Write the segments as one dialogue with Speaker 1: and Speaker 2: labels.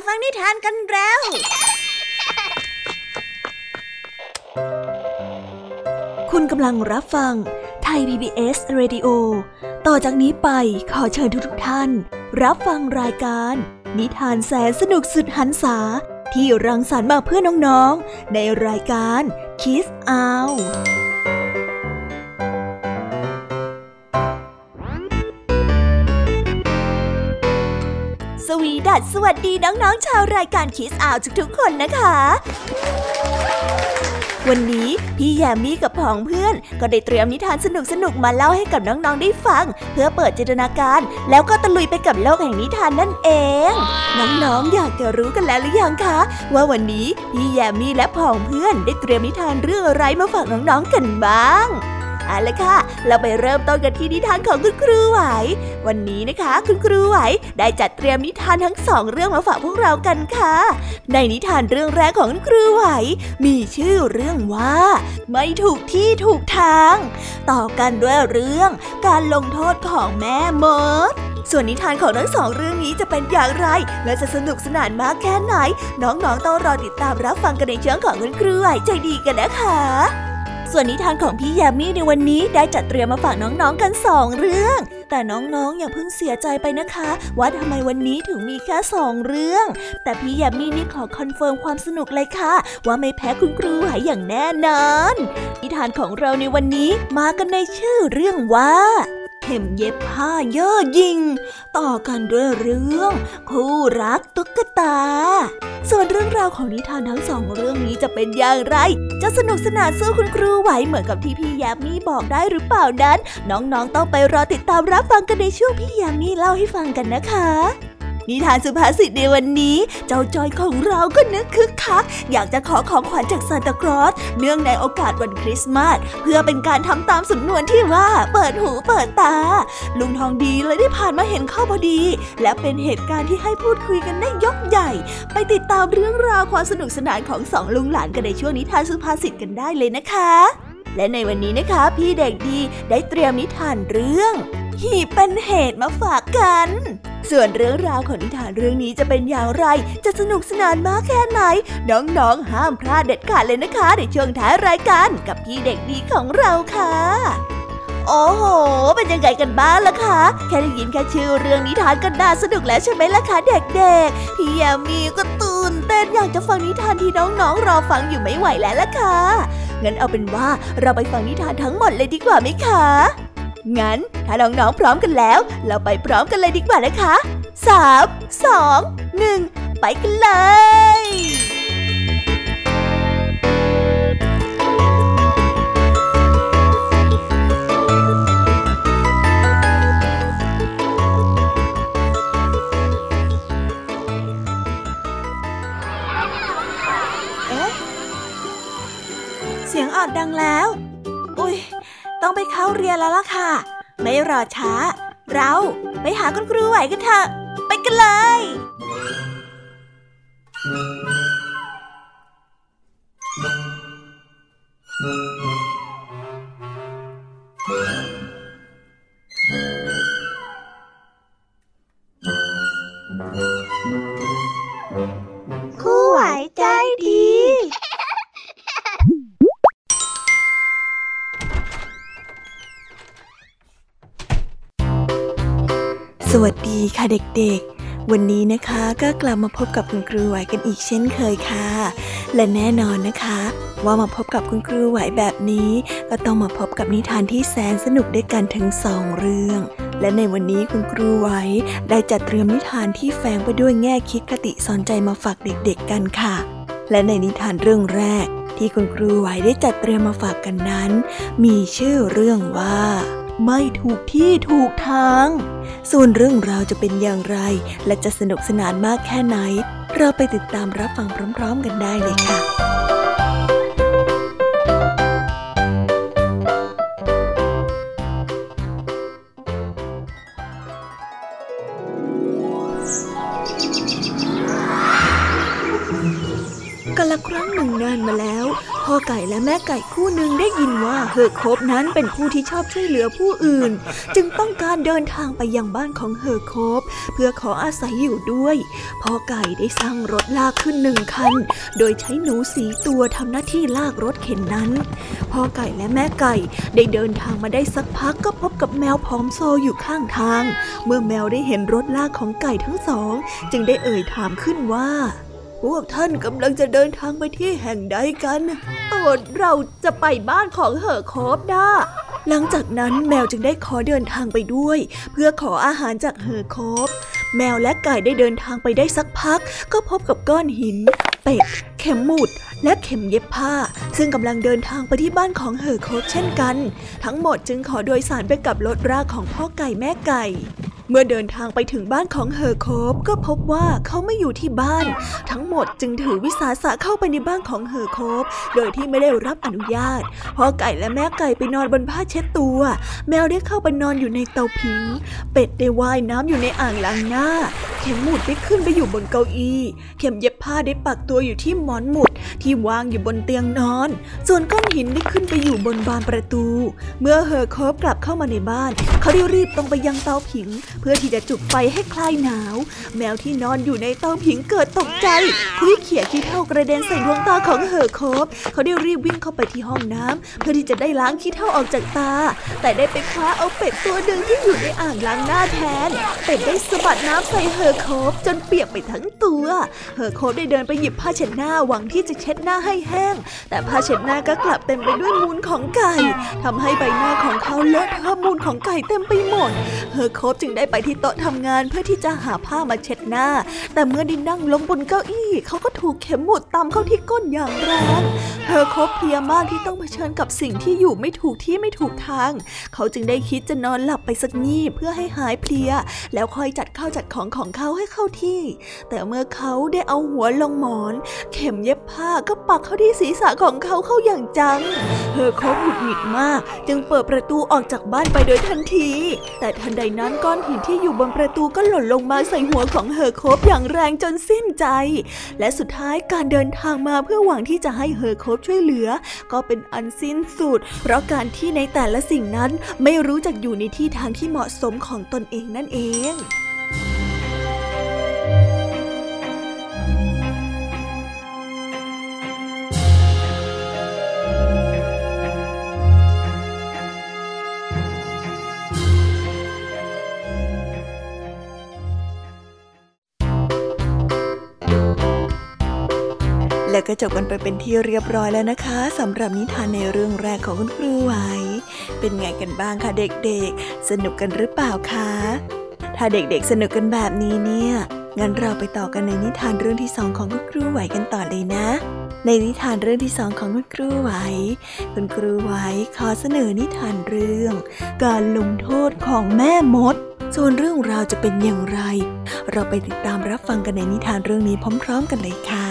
Speaker 1: ฟังนิทานกันแล้วคุณกำลังรับฟังไทย PBS Radio ต่อจากนี้ไปขอเชิญทุกท่านรับฟังรายการนิทานแสนสนุกสุดหรรษาที่รังสรรค์มาเพื่อน้องๆในรายการ Kids Outสวัสดีน้องๆชาวรายการ Kids Out ทุกๆคนนะคะวันนี้พี่แยมมี่กับผองเพื่อนก็ได้เตรียมนิทานสนุกๆมาเล่าให้กับน้องๆได้ฟังเพื่อเปิดจินตนาการแล้วก็ตะลุยไปกับโลกแห่งนิทานนั่นเองน้องๆอยากจะรู้กันแล้วหรือยังคะว่าวันนี้พี่แยมมี่และผองเพื่อนได้เตรียมนิทานเรื่องอะไรมาฝากน้องๆกันบ้างเอาล่ะค่ะเราไปเริ่มต้นกันที่นิทานของคุณครูไหววันนี้นะคะคุณครูไหวได้จัดเตรียมนิทานทั้ง2เรื่องมาฝากพวกเรากันค่ะในนิทานเรื่องแรกของคุณครูไหวมีชื่อเรื่องว่าไม่ถูกที่ถูกทางต่อกันด้วยเรื่องการลงโทษของแม่มดส่วนนิทานของทั้ง2เรื่องนี้จะเป็นอย่างไรและจะสนุกสนานมากแค่ไหนน้องๆต้องรอติดตามรับฟังกันในช่วงของคุณครูไหวใจดีกันนะคะส่วนนิทานของพี่ยามีในวันนี้ได้จัดเตรียมมาฝากน้องๆกัน2เรื่องแต่น้องๆอย่าเพิ่งเสียใจไปนะคะว่าทำไมวันนี้ถึงมีแค่2เรื่องแต่พี่ยามีนี่ขอคอนเฟิร์มความสนุกเลยค่ะว่าไม่แพ้คุณครูไหวอย่างแน่นอนนิทานของเราในวันนี้มากันในชื่อเรื่องว่าเข็มเย็บผ้าย่อหยิ่งต่อกันด้วยเรื่องคู่รักตุ๊กตาส่วนเรื่องราวของนิทานทั้ง2เรื่องนี้จะเป็นอย่างไรจะสนุกสนานสู้คุณครูไหวเหมือนกับที่พี่ยามีบอกได้หรือเปล่านั้นน้องๆต้องไปรอติดตามรับฟังกันในช่วงพี่ยามีเล่าให้ฟังกันนะคะนิทานสุภาษิตในวันนี้เจ้าจอยของเราก็นึกคึกคักอยากจะขอของขวัญจากซานตาคลอสเนื่องในโอกาสวันคริสต์มาสเพื่อเป็นการทำตามสำนวนที่ว่าเปิดหูเปิดตาลุงทองดีเลยได้ผ่านมาเห็นเข้าพอดีและเป็นเหตุการณ์ที่ให้พูดคุยกันได้ยกใหญ่ไปติดตามเรื่องราวความสนุกสนานของ2ลุงหลานกันในช่วงนิทานสุภาษิตกันได้เลยนะคะและในวันนี้นะคะพี่เด็กดีได้เตรียมนิทานเรื่องหีบเป็นเหตุมาฝากกันส่วนเรื่องราวของนิทานเรื่องนี้จะเป็นอย่างไรจะสนุกสนานมากแค่ไหนน้องๆห้ามพลาดเด็ดขาดเลยนะคะในช่วงท้ายรายการกับพี่เด็กดีของเราค่ะโอ้โหเป็นยังไงกันบ้างล่ะคะแค่ได้ยินแค่ชื่อเรื่องนิทานก็น่าสนุกแล้วใช่ไหมล่ะคะเด็กๆพี่ยามีก็ตื่นเต้นอยากจะฟังนิทานที่น้องๆรอฟังอยู่ไม่ไหวแล้วล่ะค่ะงั้นเอาเป็นว่าเราไปฟังนิทานทั้งหมดเลยดีกว่าไหมคะงั้นถ้าน้องๆพร้อมกันแล้วเราไปพร้อมกันเลยดีกว่านะคะ3 2 1ไปกันเลยเสียงออดดังแล้วอุ๊ยต้องไปเข้าเรียนแล้วล่ะค่ะไม่รอช้าเราไปหาคุณครูไหวกันเถอะไปกันเลยครูไหวใจดีสวัสดีค่ะเด็กๆวันนี้นะคะก็กลับมาพบกับคุณครูไหวกันอีกเช่นเคยค่ะและแน่นอนนะคะว่ามาพบกับคุณครูไหวแบบนี้ก็ต้องมาพบกับนิทานที่แสนสนุกด้วยกันทั้ง2เรื่องและในวันนี้คุณครูไหวได้จัดเตรียมนิทานที่แฝงไปด้วยแง่คิดคติสอนใจมาฝากเด็กๆกันค่ะและในนิทานเรื่องแรกที่คุณครูไหวได้จัดเตรียมมาฝากกันนั้นมีชื่อเรื่องว่าไม่ถูกที่ถูกทางส่วนเรื่องราวจะเป็นอย่างไรและจะสนุกสนานมากแค่ไหนเราไปติดตามรับฟังพร้อมๆกันได้เลยค่ะกาลครั้งหนึ่งนานมาแล้วพ่อไก่และแม่ไก่คู่หนึ่งได้ยินว่าเฮอร์โคบนั้นเป็นผู้ที่ชอบช่วยเหลือผู้อื่นจึงต้องการเดินทางไปยังบ้านของเฮอร์โคบเพื่อขออาศัยอยู่ด้วยพ่อไก่ได้สร้างรถลากขึ้น1 คันโดยใช้หนู4 ตัวทำหน้าที่ลากรถเข็นนั้นพ่อไก่และแม่ไก่ได้เดินทางมาได้สักพักก็พบกับแมวผอมโซอยู่ข้างทางเมื่อแมวได้เห็นรถลากของไก่ทั้งสองจึงได้เอ่ยถามขึ้นว่าพวกท่านกำลังจะเดินทางไปที่แห่งใดกันเราจะไปบ้านของเฮอร์โคบนะหลังจากนั้นแมวจึงได้ขอเดินทางไปด้วยเพื่อขออาหารจากเฮอร์โคบแมวและไก่ได้เดินทางไปได้สักพักก็พบกับก้อนหินเป็ดเข็มหมุดและเข็มเย็บผ้าซึ่งกำลังเดินทางไปที่บ้านของเฮอร์โคบเช่นกันทั้งหมดจึงขอโดยสารไปกับรถรากของพ่อไก่แม่ไก่เมื่อเดินทางไปถึงบ้านของเฮอร์โคบก็พบว่าเขาไม่อยู่ที่บ้านทั้งหมดจึงถือวิสาสะเข้าไปในบ้านของเฮอร์โคบโดยที่ไม่ได้รับอนุญาตพ่อไก่และแม่ไก่ไปนอนบนผ้าเช็ดตัวแมวได้เข้าไปนอนอยู่ในเตาผิงเป็ดได้ว่ายน้ำอยู่ในอ่างล้างหน้าเข็มหมุดได้ขึ้นไปอยู่บนเก้าอี้เข็มเย็บผ้าได้ปักตัวอยู่ที่หมอนหมุดที่วางอยู่บนเตียงนอนส่วนก้อนหินได้ขึ้นไปอยู่บนบานประตูเมื่อเฮอร์โคบกลับเข้ามาในบ้านเขาได้รีบตรงไปยังเตาผิงเพื่อที่จะจุดไฟให้คลายหนาวแมวที่นอนอยู่ในเตาผิงเกิดตกใจคุยเขี่ยขี้เถ้ากระเด็นใส่ดวงตาของเฮอร์โคบเขาได้รีบวิ่งเข้าไปที่ห้องน้ำเพื่อที่จะได้ล้างขี้เถ้าออกจากตาแต่ได้ไปคว้าเอาเป็ดตัวหนึ่งที่อยู่ในอ่างล้างหน้าแทนเป็ดได้สะบัดน้ำใส่เฮอร์โคบจนเปียกไปทั้งตัวเฮอร์โคบได้เดินไปหยิบผ้าเช็ดหน้าหวังที่จะเช็ดหน้าให้แห้งแต่ผ้าเช็ดหน้าก็กลับเต็มไปด้วยมูลของไก่ทำให้ใบหน้าของเขาเลอะเทอะมูลของไก่เต็มไปหมดเฮอร์โคบจึงได้ไปที่โต๊ะทำงานเพื่อที่จะหาผ้ามาเช็ดหน้าแต่เมื่อได้นั่งลงบนเก้าอี้เขาก็ถูกเข็มหมุดตำเข้าที่ก้นอย่างแรงเฮอร์โคบเพลียมากที่ต้องเผชิญกับสิ่งที่อยู่ไม่ถูกที่ไม่ถูกทางเขาจึงได้คิดจะนอนหลับไปสักงีบเพื่อให้หายเพลียแล้วค่อยจัดข้าวจัดของของเขาให้เข้าที่แต่เมื่อเขาได้เอาหัวลงหมอนเข็มเย็บผ้าก็ปักเข้าที่ศีรษะของเขาเข้าอย่างจังเฮอร์โคบหงุดหงิดมากจึงเปิดประตูออกจากบ้านไปโดยทันทีแต่ทันใดนั้นก้อนหินที่อยู่บนประตูก็หล่นลงมาใส่หัวของเฮอร์โคบอย่างแรงจนสิ้นใจและสุดท้ายการเดินทางมาเพื่อหวังที่จะให้เฮอร์โคบช่วยเหลือก็เป็นอันสิ้นสุดเพราะการที่ในแต่ละสิ่งนั้นไม่รู้จักอยู่ในที่ทางที่เหมาะสมของตนเองนั่นเองและก็จบกันไปเป็นที่เรียบร้อยแล้วนะคะสำหรับนิทานในเรื่องแรกของคุณครูไหวเป็นไงกันบ้างคะเด็กๆสนุกกันหรือเปล่าคะถ้าเด็กๆสนุกกันแบบนี้เนี่ยงั้นเราไปต่อกันในนิทานเรื่องที่2ของคุณครูไหวกันต่อเลยนะในนิทานเรื่องที่2ของคุณครูไหวคุณครูไหวขอเสนอนิทานเรื่องการลงโทษของแม่มดส่วนเรื่องราวจะเป็นอย่างไรเราไปติดตามรับฟังกันในนิทานเรื่องนี้พร้อมๆกันเลยค่ะ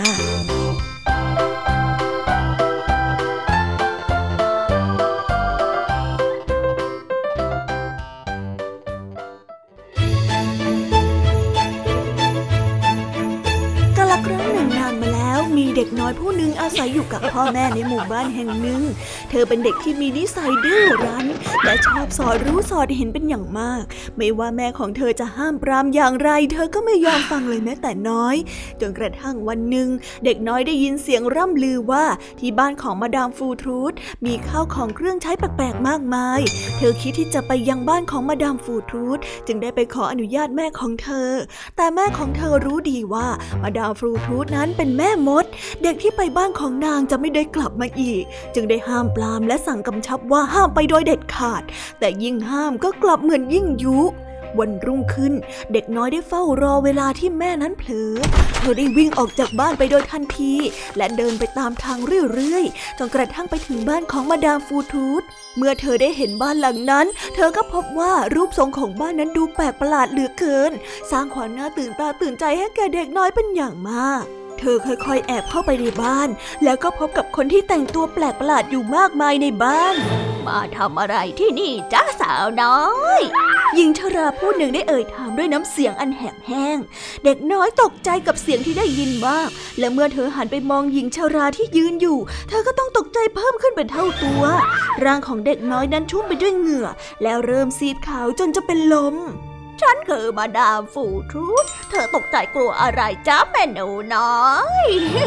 Speaker 1: มีเด็กน้อยผู้หนึ่งอาศัยอยู่กับพ่อแม่ในหมู่บ้านแห่งหนึ่งเธอเป็นเด็กที่มีนิสัยดื้อรั้นและชอบสอดรู้สอดเห็นเป็นอย่างมากไม่ว่าแม่ของเธอจะห้ามปรามอย่างไรเธอก็ไม่ยอมฟังเลยแม้แต่น้อยจนกระทั่งวันหนึ่งเด็กน้อยได้ยินเสียงร่ำลือว่าที่บ้านของมาดามฟูทรูทมีข้าวของเครื่องใช้แปลกๆมากมายเธอคิดที่จะไปยังบ้านของมาดามฟูทรูทจึงได้ไปขออนุญาตแม่ของเธอแต่แม่ของเธอรู้ดีว่ามาดามฟูทรูทนั้นเป็นแม่มดเด็กที่ไปบ้านของนางจะไม่ได้กลับมาอีกจึงได้ห้ามปรามและสั่งกำชับว่าห้ามไปโดยเด็ดขาดแต่ยิ่งห้ามก็กลับเหมือนยิ่งยุวันรุ่งขึ้นเด็กน้อยได้เฝ้ารอเวลาที่แม่นั้นเผลอเธอได้วิ่งออกจากบ้านไปโดยทันทีและเดินไปตามทางเรื่อยๆจนกระทั่งไปถึงบ้านของมาดามฟูทรูทเมื่อเธอได้เห็นบ้านหลังนั้นเธอก็พบว่ารูปทรงของบ้านนั้นดูแปลกประหลาดเหลือเกินสร้างความน่าตื่นตาตื่นใจให้แก่เด็กน้อยเป็นอย่างมากเเธอค่อยๆแอบเข้าไปในบ้านแล้วก็พบกับคนที่แต่งตัวแปลกประหลาดอยู่มากมายในบ้านมาทำอะไรที่นี่จ้าสาวน้อยหญิงชราผู้หนึ่งได้เอ่ยถามด้วยน้ำเสียงอันแหบแห้งเด็กน้อยตกใจกับเสียงที่ได้ยินมากและเมื่อเธอหันไปมองหญิงชราที่ยืนอยู่เธอก็ต้องตกใจเพิ่มขึ้นเป็นเท่าตัวร่างของเด็กน้อยนั้นชุ่มไปด้วยเหงื่อแล้วเริ่มซีดขาวจนจะเป็นลมฉันคือมาดามฟูทรูธเธอตกใจกลัวอะไรจ้าแม่หนูน้อย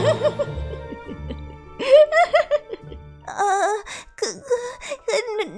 Speaker 1: คือ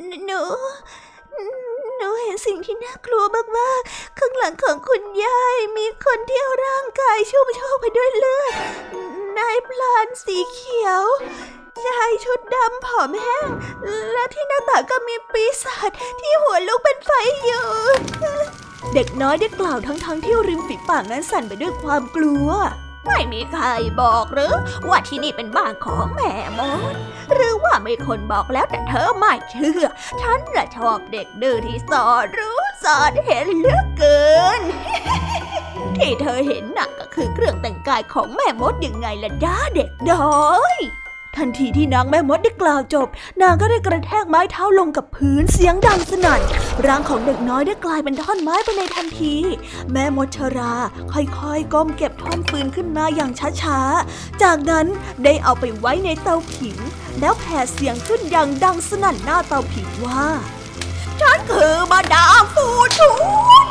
Speaker 1: หนูเห็นสิ่งที่น่ากลัวมากๆข้างหลังของคุณยายมีคนที่ร่างกายชุ่มโชกไปด้วยเลือดนายพลานสีเขียวชายชุดดำผอมแห้งและที่หน้าต่างก็มีปีศาจที่หัวลุกเป็นไฟอยู่เด็กน้อยได้กล่าวทั้งที่ริมฝีปากนั้นสั่นไปด้วยความกลัวไม่มีใครบอกหรือว่าที่นี่เป็นบ้านของแม่มดหรือว่ามีคนบอกแล้วแต่เธอไม่เชื่อฉันน่ะชอบเด็กดื้อที่สอนรู้สอนเห็นเหลือเกิน ที่เธอเห็นน่ะก็คือเครื่องแต่งกายของแม่มดยังไงล่ะจ้าเด็กน้อยทันทีที่นางแม่มดได้กล่าวจบนางก็ได้กระแทกไม้เท้าลงกับพื้นเสียงดังสนั่นร่างของเด็กน้อยได้กลายเป็นท่อนไม้ไปในทันทีแม่มดชราค่อยๆก้มเก็บท่อนฟืนขึ้นมาอย่างช้าๆจากนั้นได้เอาไปไว้ในเตาผิงแล้วแผ่เสียงขึ้นอย่างดังสนั่นหน้าเตาผิงว่าฉันคือมาดามฟูทรูธ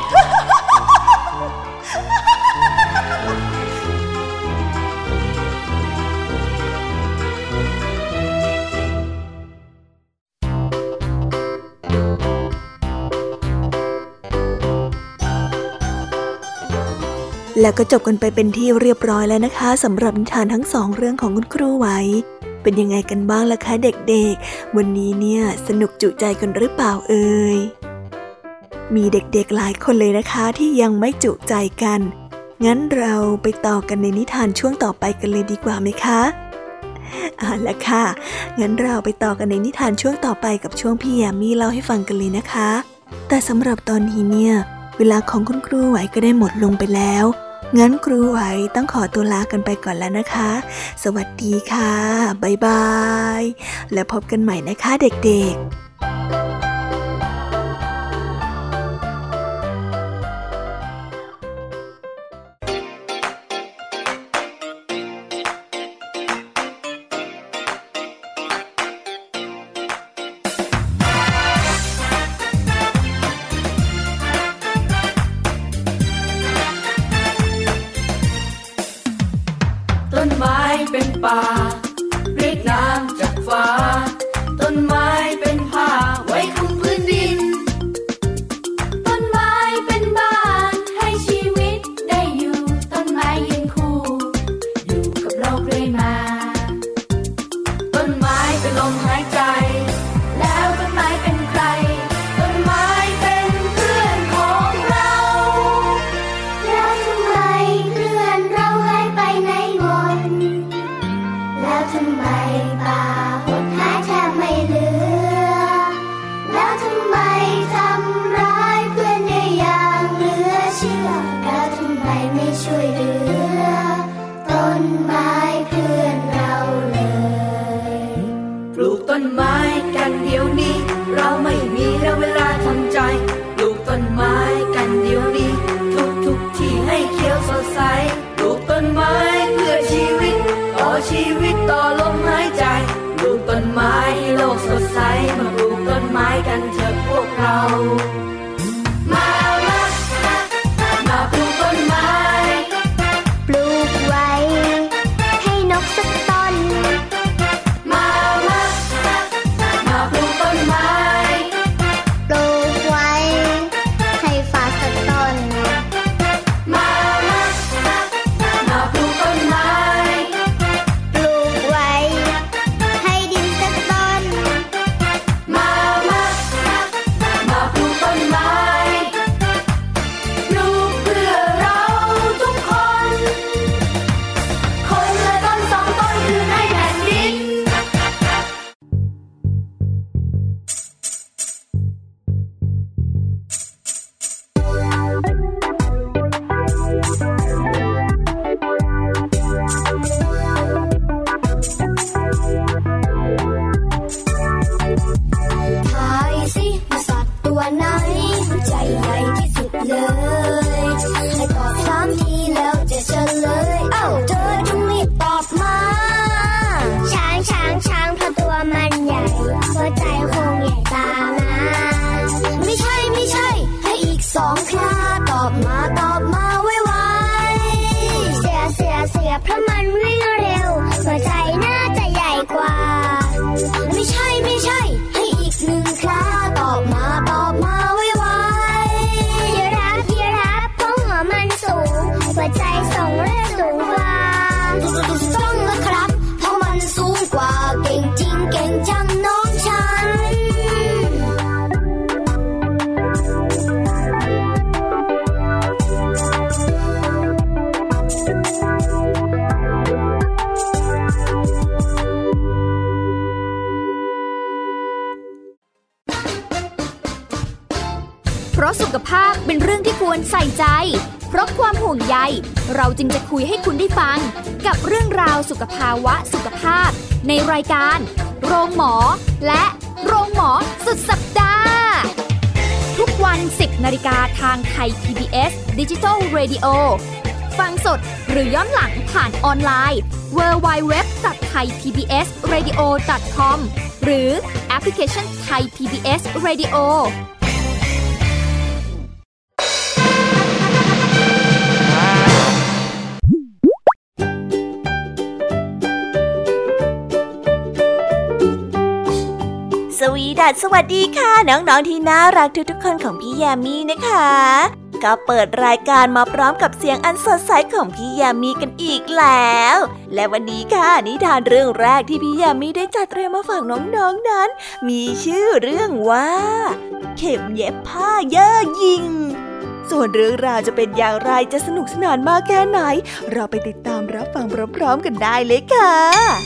Speaker 1: แล้วก็จบกันไปเป็นที่เรียบร้อยแล้วนะคะสำหรับนิทานทั้งสองเรื่องของคุณครูไหวเป็นยังไงกันบ้างล่ะคะเด็กๆวันนี้เนี่ยสนุกจุใจกันหรือเปล่าเอ่ยมีเด็กๆหลายคนเลยนะคะที่ยังไม่จุใจกันงั้นเราไปต่อกันในนิทานช่วงต่อไปกันเลยดีกว่าไหมคะเอาล่ะค่ะงั้นเราไปต่อกันในนิทานช่วงต่อไปกับช่วงพี่ยามีเล่าให้ฟังกันเลยนะคะแต่สำหรับตอนนี้เนี่ยเวลาของคุณครูไหวก็ได้หมดลงไปแล้วงั้นครูไหวต้องขอตัวลากันไปก่อนแล้วนะคะสวัสดีค่ะบ๊ายบายแล้วพบกันใหม่นะคะเด็กๆ
Speaker 2: ต้นไม้เป็นป่าเรียกน้ำจากฟ้าต้นไม้เป็นผ้าไว้คลุมพื้นดินต้นไม้เป็นบ้านให้ชีวิตได้อยู่ต้นไม้ยืนคู่อยู่กับเราเรื่อยมาต้นไม้เป็นลมหายใจแล้วต้นไม้เป็นใครต้นไม้เป็นเพื่อนของเราแล้วทำไมเพื่อนเราหายไปไหนหมดแล้วทำไมป่าหดหายแทบไม่เหลือแล้วทำไมทำร้ายเพื่อนได้อย่างเหลือเชื่อแล้วทำไมไม่ช่วยเหลือต้นไม้เพื่อนเราเลยปลูกต้นไม้กันเดี๋ยวนี้เราไม่มีแล้วเวลาทำใจปลูกต้นไม้กันเดี๋ยวนี้ทุกที่ให้เขียวสดใสปลูกต้นไม้เพื่อชีวิตต่อชีวิตต่อลมหายใจปลูกต้นไม้ให้โลกสดใสมาปลูกต้นไม้กันเถอะพวกเรามาปลูกต้นไม้ปลูกไว้ให้นกสักต้นมาปลูกต้นไม้ปลูกไว้ให้ฟ้าสักต้นมาปลูกต้นไม้ปลูกไว้ให้ดินสักต้นมาปลูกต้นไม้
Speaker 3: รือเพราะมันวิ่งเร็วหัวใจน่าจะใหญ่กว่าไม่ใช่ให้อีกหนึ่งคราตอบมาไวๆยีราฟเพราะหัวมันสูงหัวใจส่งเลือดสูงกว่าต้องแล้วครับเพราะมันสูงกว่าเก่งจริงเก่งจังน้องฉัน
Speaker 4: เพราะสุขภาพเป็นเรื่องที่ควรใส่ใจเพราะความห่วงใยเราจึงจะคุยให้คุณได้ฟังกับเรื่องราวสุขภาวะสุขภาพในรายการโรงหมอและโรงหมอสุดสัปดาห์ทุกวัน 10 นาฬิกาทางไทย PBS Digital Radio ฟังสดหรือย้อนหลังผ่านออนไลน์ www.thaipbsradio.com หรือแอปพลิเคชัน Thai PBS Radio
Speaker 1: สวัสดีค่ะน้องๆที่น่ารักทุกๆคนของพี่ยามีนะคะก็เปิดรายการมาพร้อมกับเสียงอันสดใสของพี่ยามีกันอีกแล้วและวันนี้ค่ะนิทานเรื่องแรกที่พี่ยามีได้จัดเตรียมมาฝากน้องๆนั้นมีชื่อเรื่องว่าเข็มเย็บผ้าเย่อหยิ่งส่วนเรื่องราวจะเป็นอย่างไรจะสนุกสนานมากแค่ไหนเราไปติดตามรับฟังพร้อมๆกันได้เลยค่ะ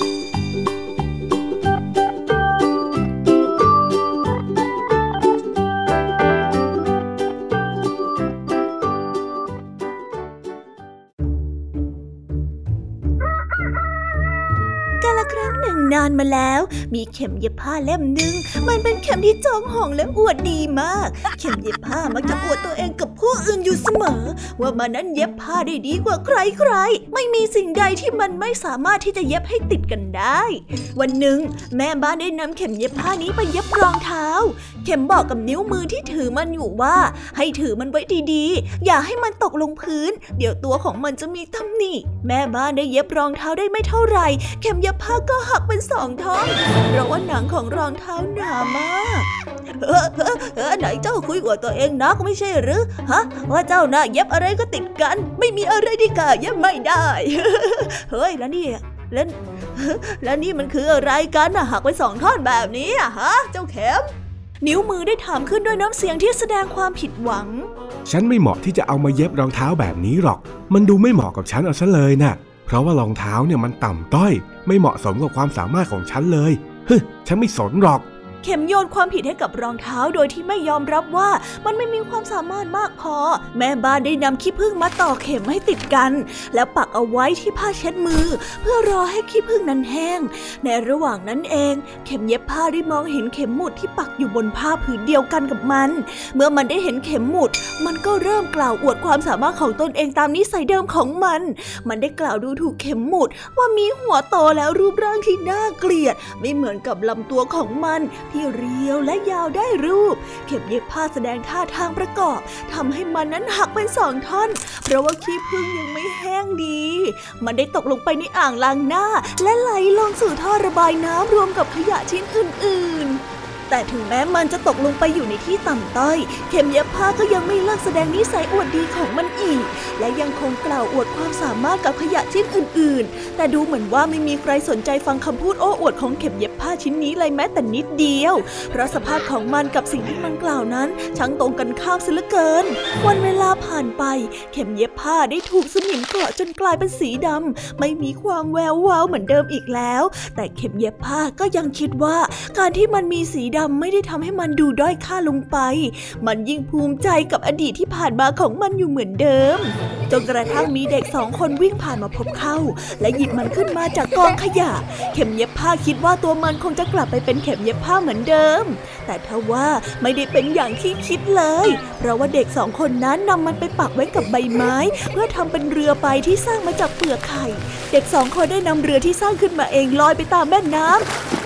Speaker 1: นานมาแล้วมีเข็มเย็บผ้าเล่มหนึ่งมันเป็นเข็มที่จองหองและอวดดีมากเข็มเย็บผ้ามักจะอวดตัวเองกับผู้อื่นอยู่เสมอว่ามันนั้นเย็บผ้าได้ดีกว่าใครๆไม่มีสิ่งใดที่มันไม่สามารถที่จะเย็บให้ติดกันได้วันหนึ่งแม่บ้านได้นำเข็มเย็บผ้านี้ไปเย็บรองเท้าเข็มบอกกับนิ้วมือที่ถือมันอยู่ว่าให้ถือมันไว้ดีๆอย่าให้มันตกลงพื้นเดี๋ยวตัวของมันจะมีตำหนิแม่บ้านได้เย็บรองเท้าได้ไม่เท่าไหร่เข็มเย็บผ้าก็หักเป็น2 ท่อนเพราะว่าหนังของรองเท้าหนามากไหนเจ้าคุยกับตัวเองนักไม่ใช่หรือฮะว่าเจ้าน่ะเย็บอะไรก็ติดกันไม่มีอะไรที่กะเย็บไม่ได้ เฮ้ยแล้วนี่มันคืออะไรกันน่ะหักไป2 ท่อนแบบนี้อ่ะฮะเจ้าเข็มนิ้วมือได้ถามขึ้นด้วยน้ำเสียงที่แสดงความผิดหวัง
Speaker 5: ฉันไม่เหมาะที่จะเอามาเย็บรองเท้าแบบนี้หรอกมันดูไม่เหมาะกับฉันเอาซะเลยน่ะเพราะว่ารองเท้าเนี่ยมันต่ำต้อยไม่เหมาะสมกับความสามารถของฉันเลยฉันไม่สนหรอก
Speaker 1: เข็มโยนความผิดให้กับรองเท้าโดยที่ไม่ยอมรับว่ามันไม่มีความสามารถมากพอแม่บ้านได้นำขี้ผึ้งมาต่อเข็มให้ติดกันแล้วปักเอาไว้ที่ผ้าเช็ดมือเพื่อรอให้ขี้ผึ้งนั้นแห้งในระหว่างนั้นเองเข็มเย็บผ้าได้มองเห็นเข็มหมุดที่ปักอยู่บนผ้าผืนเดียวกันกับมันเมื่อมันได้เห็นเข็มหมุดมันก็เริ่มกล่าวอวดความสามารถของตนเองตามนิสัยเดิมของมันได้กล่าวดูถูกเข็มหมุดว่ามีหัวโตแล้วรูปร่างที่น่าเกลียดไม่เหมือนกับลำตัวของมันที่เรียวและยาวได้รูปเข็มเย็บผ้าแสดงท่าทางประกอบทำให้มันนั้นหักเป็น2 ท่อนเพราะว่าขี้ผึ้งยังไม่แห้งดีมันได้ตกลงไปในอ่างล้างหน้าและไหลลงสู่ท่อระบายน้ำรวมกับขยะชิ้นอื่นๆแต่ถึงแม้มันจะตกลงไปอยู่ในที่ต่ำต้อยเข็มเย็บผ้าก็ยังไม่เลิกแสดงนิสัยอวดดีของมันอีกและยังคงกล่าวอวดความสามารถกับขยะชิ้นอื่นๆแต่ดูเหมือนว่าไม่มีใครสนใจฟังคำพูดโอ้อวดของเข็มเย็บผ้าชิ้นนี้เลยแม้แต่นิดเดียวเพราะสภาพของมันกับสิ่งที่มันกล่าวนั้นช่างตรงกันข้ามเสียเหลือเกินวันเวลาผ่านไปเข็มเย็บผ้าได้ถูกสนิมเกาะจนกลายเป็นสีดำไม่มีความแวววาวเหมือนเดิมอีกแล้วแต่เข็มเย็บผ้าก็ยังคิดว่าการที่มันมีสีดำไม่ได้ทำให้มันดูด้อยค่าลงไปมันยิ่งภูมิใจกับอดีตที่ผ่านมาของมันอยู่เหมือนเดิมจนกระทั่งมีเด็ก2 คนวิ่งผ่านมาพบเข้าและหยิบมันขึ้นมาจากกองขยะเข็มเย็บผ้าคิดว่าตัวมันคงจะกลับไปเป็นเข็มเย็บผ้าเหมือนเดิมแต่ทว่าไม่ได้เป็นอย่างที่คิดเลยเพราะว่าเด็ก2 คนนั้นนำมันไปปักไว้กับใบไม้เพื่อทำเป็นเรือใบที่สร้างมาจากเปลือกไข่เด็ก2 คนได้นำเรือที่สร้างขึ้นมาเองลอยไปตามแม่น้ำ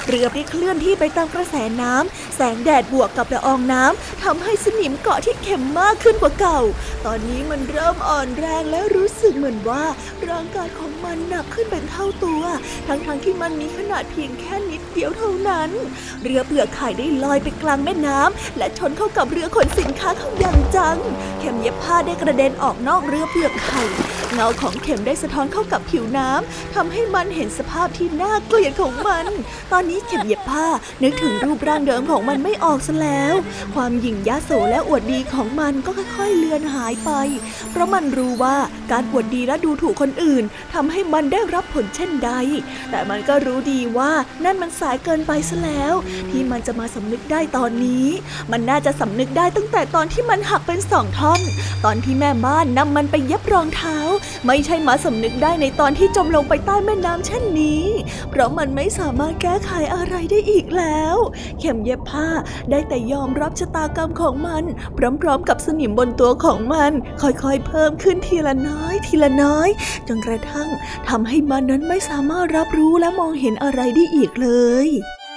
Speaker 1: เรือได้เคลื่อนที่ไปตามกระแสน้ำแสงแดดบวกกับละอองน้ำทำให้สนิมเกาะที่เข็มมากขึ้นกว่าเก่าตอนนี้มันเริ่มอ่อนแรงและรู้สึกเหมือนว่าร่างกายของมันหนักขึ้นเป็นเท่าตัวทั้งที่มันมีขนาดเพียงแค่นิดเดียวเท่านั้นเรือเปลือกไข่ได้ลอยไปกลางแม่น้ำและชนเข้ากับเรือขนสินค้าเข้าอย่างจังเข็มเย็บผ้าได้กระเด็นออกนอกเรือเปลือกไข่เงาของเข็มได้สะท้อนเข้ากับผิวน้ำทำให้มันเห็นสภาพที่น่าเกลียดของมันตอนนี้เข็มเย็บผ้านึกถึงรูปร่างเดิมของมันไม่ออกซะแล้วความหยิ่งยโสและอวดดีของมันก็ค่อยๆเลือนหายไปเพราะมันรู้ว่าการอวดดีและดูถูกคนอื่นทำให้มันได้รับผลเช่นใดแต่มันก็รู้ดีว่านั่นมันสายเกินไปซะแล้วที่มันจะมาสำนึกได้ตอนนี้มันน่าจะสำนึกได้ตั้งแต่ตอนที่มันหักเป็น2 ท่อนตอนที่แม่บ้านนำมันไปเย็บรองเท้าไม่ใช่มาสำนึกได้ในตอนที่จมลงไปใต้แม่น้ำเช่นนี้เพราะมันไม่สามารถแก้ไขอะไรได้อีกแล้วเข็มเย็บผ้าได้แต่ยอมรับชะตากรรมของมันพร้อมๆกับสนิมบนตัวของมันค่อยๆเพิ่มขึ้นทีละน้อยทีละน้อยจนกระทั่งทำให้มันนั้นไม่สามารถรับรู้และมองเห็นอะไรได้อีกเลย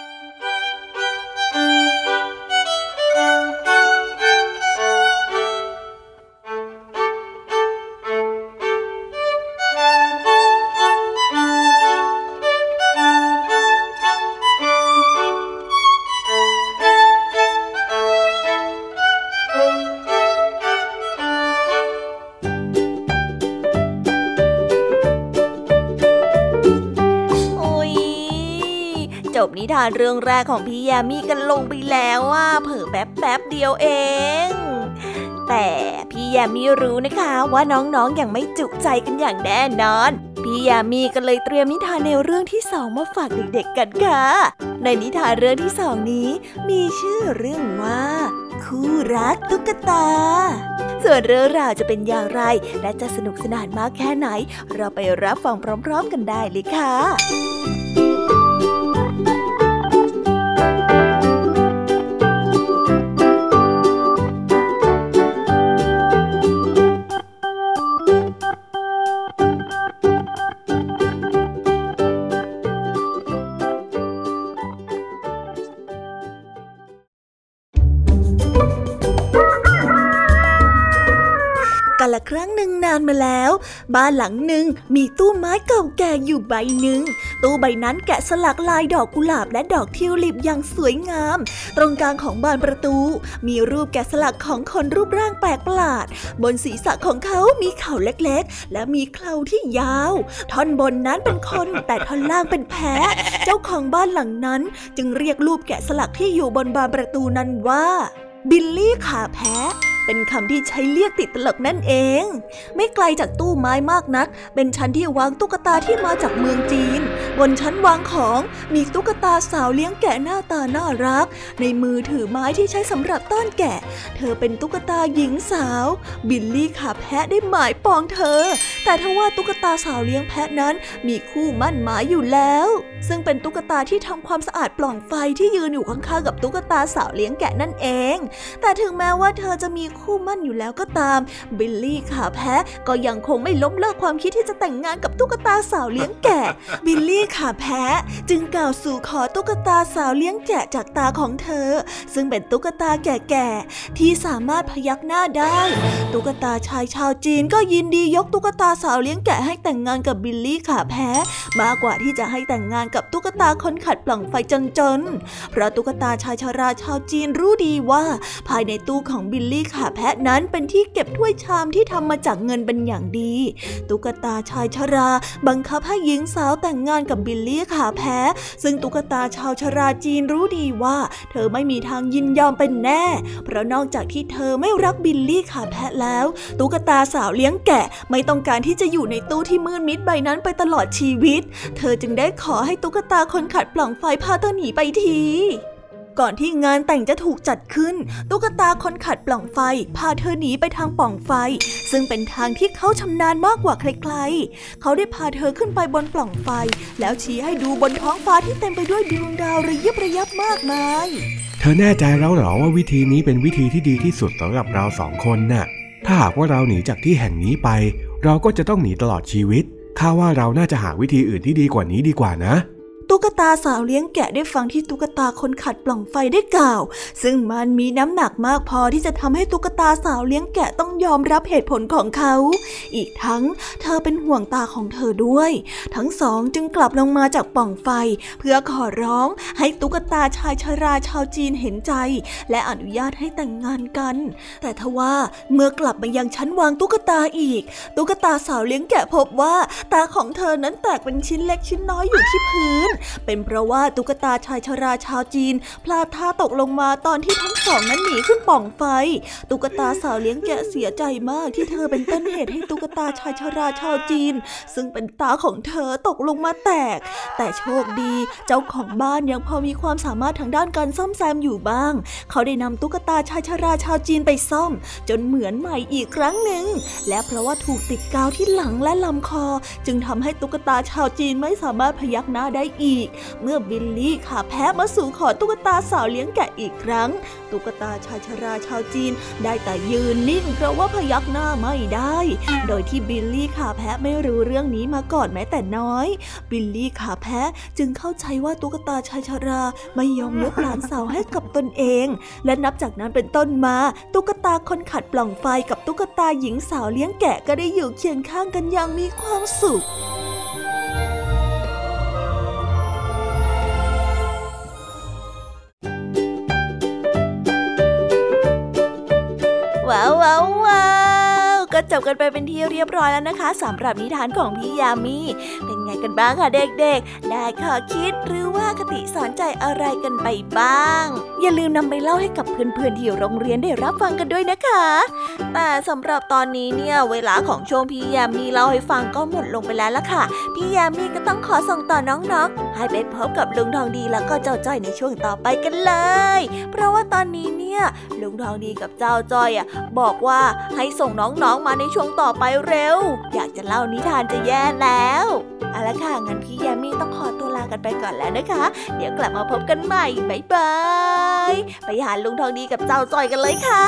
Speaker 1: จบนิทานเรื่องแรกของพี่ยามีกันลงไปแล้วเผลอแป๊บเดียวเองแต่พี่ยามีรู้นะคะว่าน้องๆยังไม่จุใจกันอย่างแน่นอนพี่ยามีก็เลยเตรียมนิทานแนวเรื่องที่2มาฝากเด็กๆกันค่ะในนิทานเรื่องที่2นี้มีชื่อเรื่องว่าคู่รักตุ๊กตาส่วนเรื่องราวจะเป็นอย่างไรและจะสนุกสนานมากแค่ไหนเราไปรับฟังพร้อมๆกันได้เลยค่ะกาลครั้งหนึ่งนานมาแล้วบ้านหลังหนึ่งมีตู้ไม้เก่าแก่อยู่ใบหนึ่งตู้ใบนั้นแกะสลักลายดอกกุหลาบและดอกทิวลิปอย่างสวยงามตรงกลางของบานประตูมีรูปแกะสลักของคนรูปร่างแปลกประหลาดบนศีรษะของเขามีเข่าเล็กๆและมีเคราที่ยาวท่อนบนนั้นเป็นคนแต่ท่อนล่างเป็นแพะเจ้าของบ้านหลังนั้นจึงเรียกรูปแกะสลักที่อยู่บนบานประตูนั้นว่าบิลลี่ขาแพะเป็นคำที่ใช้เรียกติดตลกนั่นเองไม่ไกลจากตู้ไม้มากนักเป็นชั้นที่วางตุ๊กตาที่มาจากเมืองจีนบนชั้นวางของมีตุ๊กตาสาวเลี้ยงแกะหน้าตาน่ารักในมือถือไม้ที่ใช้สำหรับต้อนแกะเธอเป็นตุ๊กตาหญิงสาวบิลลี่ขาแพะได้หมายปองเธอแต่ทว่าตุ๊กตาสาวเลี้ยงแพะนั้นมีคู่มั่นหมายอยู่แล้วซึ่งเป็นตุ๊กตาที่ทำความสะอาดปล่องไฟที่ยืนอยู่ข้างๆกับตุ๊กตาสาวเลี้ยงแกะนั่นเองแต่ถึงแม้ว่าเธอจะมีคู่มั่นอยู่แล้วก็ตามบิลลี่ขาแพะก็ยังคงไม่ล้มเลิกความคิดที่จะแต่งงานกับตุ๊กตาสาวเลี้ยงแกะบิลลี่ขาแพะจึงกล่าวสู่ขอตุ๊กตาสาวเลี้ยงแกะจากตาของเธอซึ่งเป็นตุ๊กตาแก่ๆที่สามารถพยักหน้าได้ตุ๊กตาชายชาวจีนก็ยินดียกตุ๊กตาสาวเลี้ยงแกะให้แต่งงานกับบิลลี่ขาแพะมากกว่าที่จะให้แต่งงานกับตุ๊กตาคนขัดปล่องไฟจนๆเพราะตุ๊กตาชายชราชาวจีนรู้ดีว่าภายในตู้ของบิลลี่ขาแพะนั้นเป็นที่เก็บถ้วยชามที่ทำมาจากเงินเป็นอย่างดีตุ๊กตาชายชราบังคับให้หญิงสาวแต่งงานกับบิลลี่ขาแพะซึ่งตุ๊กตาชาวชราจีนรู้ดีว่าเธอไม่มีทางยินยอมเป็นแน่เพราะนอกจากที่เธอไม่รักบิลลี่ขาแพะแล้วตุ๊กตาสาวเลี้ยงแกะไม่ต้องการที่จะอยู่ในตู้ที่มืดมิดใบนั้นไปตลอดชีวิตเธอจึงได้ขอให้ตุ๊กตาคนขัดปล่องไฟพาเธอหนีไปทีก่อนที่งานแต่งจะถูกจัดขึ้นตุ๊กตาคนขัดปล่องไฟพาเธอหนีไปทางปล่องไฟซึ่งเป็นทางที่เขาชำนาญมากกว่าใครๆเขาได้พาเธอขึ้นไปบนปล่องไฟแล้วชี้ให้ดูบนท้องฟ้าที่เต็มไปด้วยดวงดาวระยิบระยับมากมาย
Speaker 5: เธอแน่ใจแล้วเหรอว่าวิธีนี้เป็นวิธีที่ดีที่สุดสำหรับเรา2 คนน่ะถ้าหากว่าเราหนีจากที่แห่งนี้ไปเราก็จะต้องหนีตลอดชีวิตข้าว่าเราน่าจะหาวิธีอื่นที่ดีกว่านี้ดีกว่านะ
Speaker 1: ตุ๊กตาสาวเลี้ยงแกะได้ฟังที่ตุ๊กตาคนขัดปล่องไฟได้กล่าวซึ่งมันมีน้ำหนักมากพอที่จะทำให้ตุ๊กตาสาวเลี้ยงแกะต้องยอมรับเหตุผลของเขาอีกทั้งเธอเป็นห่วงตาของเธอด้วยทั้งสองจึงกลับลงมาจากปล่องไฟเพื่อขอร้องให้ตุ๊กตาชายชราชาวจีนเห็นใจและอนุญาตให้แต่งงานกันแต่ทว่าเมื่อกลับมายังชั้นวางตุ๊กตาอีกตุ๊กตาสาวเลี้ยงแกะพบว่าตาของเธอนั้นแตกเป็นชิ้นเล็กชิ้นน้อยอยู่ที่พื้นเป็นเพราะว่าตุ๊กตาชายชราชาวจีนพลาดท่าตกลงมาตอนที่ทั้งสองนั้นหนีขึ้นปล่องไฟตุ๊กตาสาวเลี้ยงแกะเสียใจมากที่เธอเป็นต้นเหตุให้ตุ๊กตาชายชราชาวจีนซึ่งเป็นตาของเธอตกลงมาแตกแต่โชคดีเจ้าของบ้านยังพอมีความสามารถทางด้านการซ่อมแซมอยู่บ้างเขาได้นำตุ๊กตาชายชราชาวจีนไปซ่อมจนเหมือนใหม่อีกครั้งหนึ่งและเพราะว่าถูกติดกาวที่หลังและลำคอจึงทำให้ตุ๊กตาชาวจีนไม่สามารถพยักหน้าได้อีกเมื่อบิลลี่ขาแพะมาสู่ขอตุ๊กตาสาวเลี้ยงแกะอีกครั้งตุ๊กตาชายชราชาวจีนได้แต่ยืนนิ่งเพราะว่าพยักหน้าไม่ได้โดยที่บิลลี่ขาแพะไม่รู้เรื่องนี้มาก่อนแม้แต่น้อยบิลลี่ขาแพะจึงเข้าใจว่าตุ๊กตาชายชราไม่ยอมยกหลานสาวให้กับตนเองและนับจากนั้นเป็นต้นมาตุ๊กตาคนขัดปล่องไฟกับตุ๊กตาหญิงสาวเลี้ยงแกะก็ได้อยู่เคียงข้างกันอย่างมีความสุขว้าวว้าวว้าวก็จบกันไปเป็นที่เรียบร้อยแล้วนะคะสำหรับนิทานของพี่ยามีเป็นไงกันบ้างคะเด็กๆได้ข้อคิดหรือว่าคติสอนใจอะไรกันไปบ้างอย่าลืมนำไปเล่าให้กับเพื่อนๆที่โรงเรียนได้รับฟังกันด้วยนะคะแต่สำหรับตอนนี้เนี่ยเวลาของช่วงพี่ยามีเล่าให้ฟังก็หมดลงไปแล้วล่ะค่ะพี่ยามีก็ต้องขอส่งต่อน้องๆให้ไปพบกับลุงทองดีแล้วก็เจ้าจ้อยในช่วงต่อไปกันเลยเพราะว่าตอนนี้เนี่ยลุงทองดีกับเจ้าจ้อยบอกว่าให้ส่งน้องๆมาในช่วงต่อไปเร็วอยากจะเล่านิทานจะแย่แล้วเอาละค่ะงั้นพี่ยามีต้องขอตัวลากันไปก่อนแล้วนะคะเดี๋ยวกลับมาพบกันใหม่บ๊ายบายไปหาลุงทองดีกับเจ้าจ้อยกันเลยค่ะ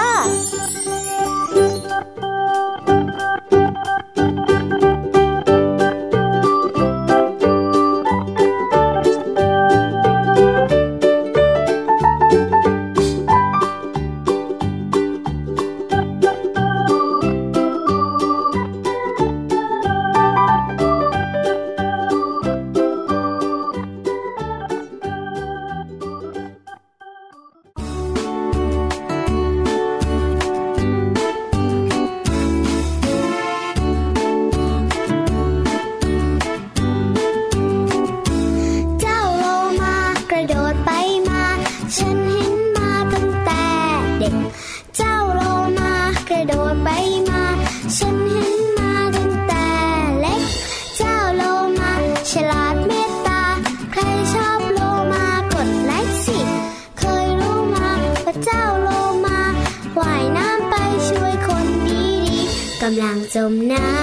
Speaker 3: กำลังจมน้ำ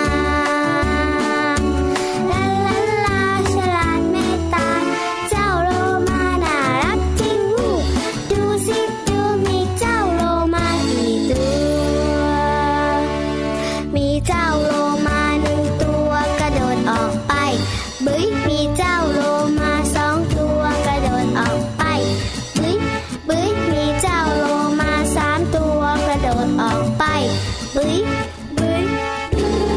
Speaker 3: ลาลาลาฉลาดเมตตาเจ้าโลมาน่ารักจริงดูสิดูมีเจ้าโลมากี่ตัวมีเจ้าโลมา1ตัวกระโดดออกไปบึ้ยมีเจ้าโลมา2ตัวกระโดดออกไปบึ้ยบึ้ยมีเจ้าโลมา3ตัวกระโดดออกไปบึ้ยบึ้ย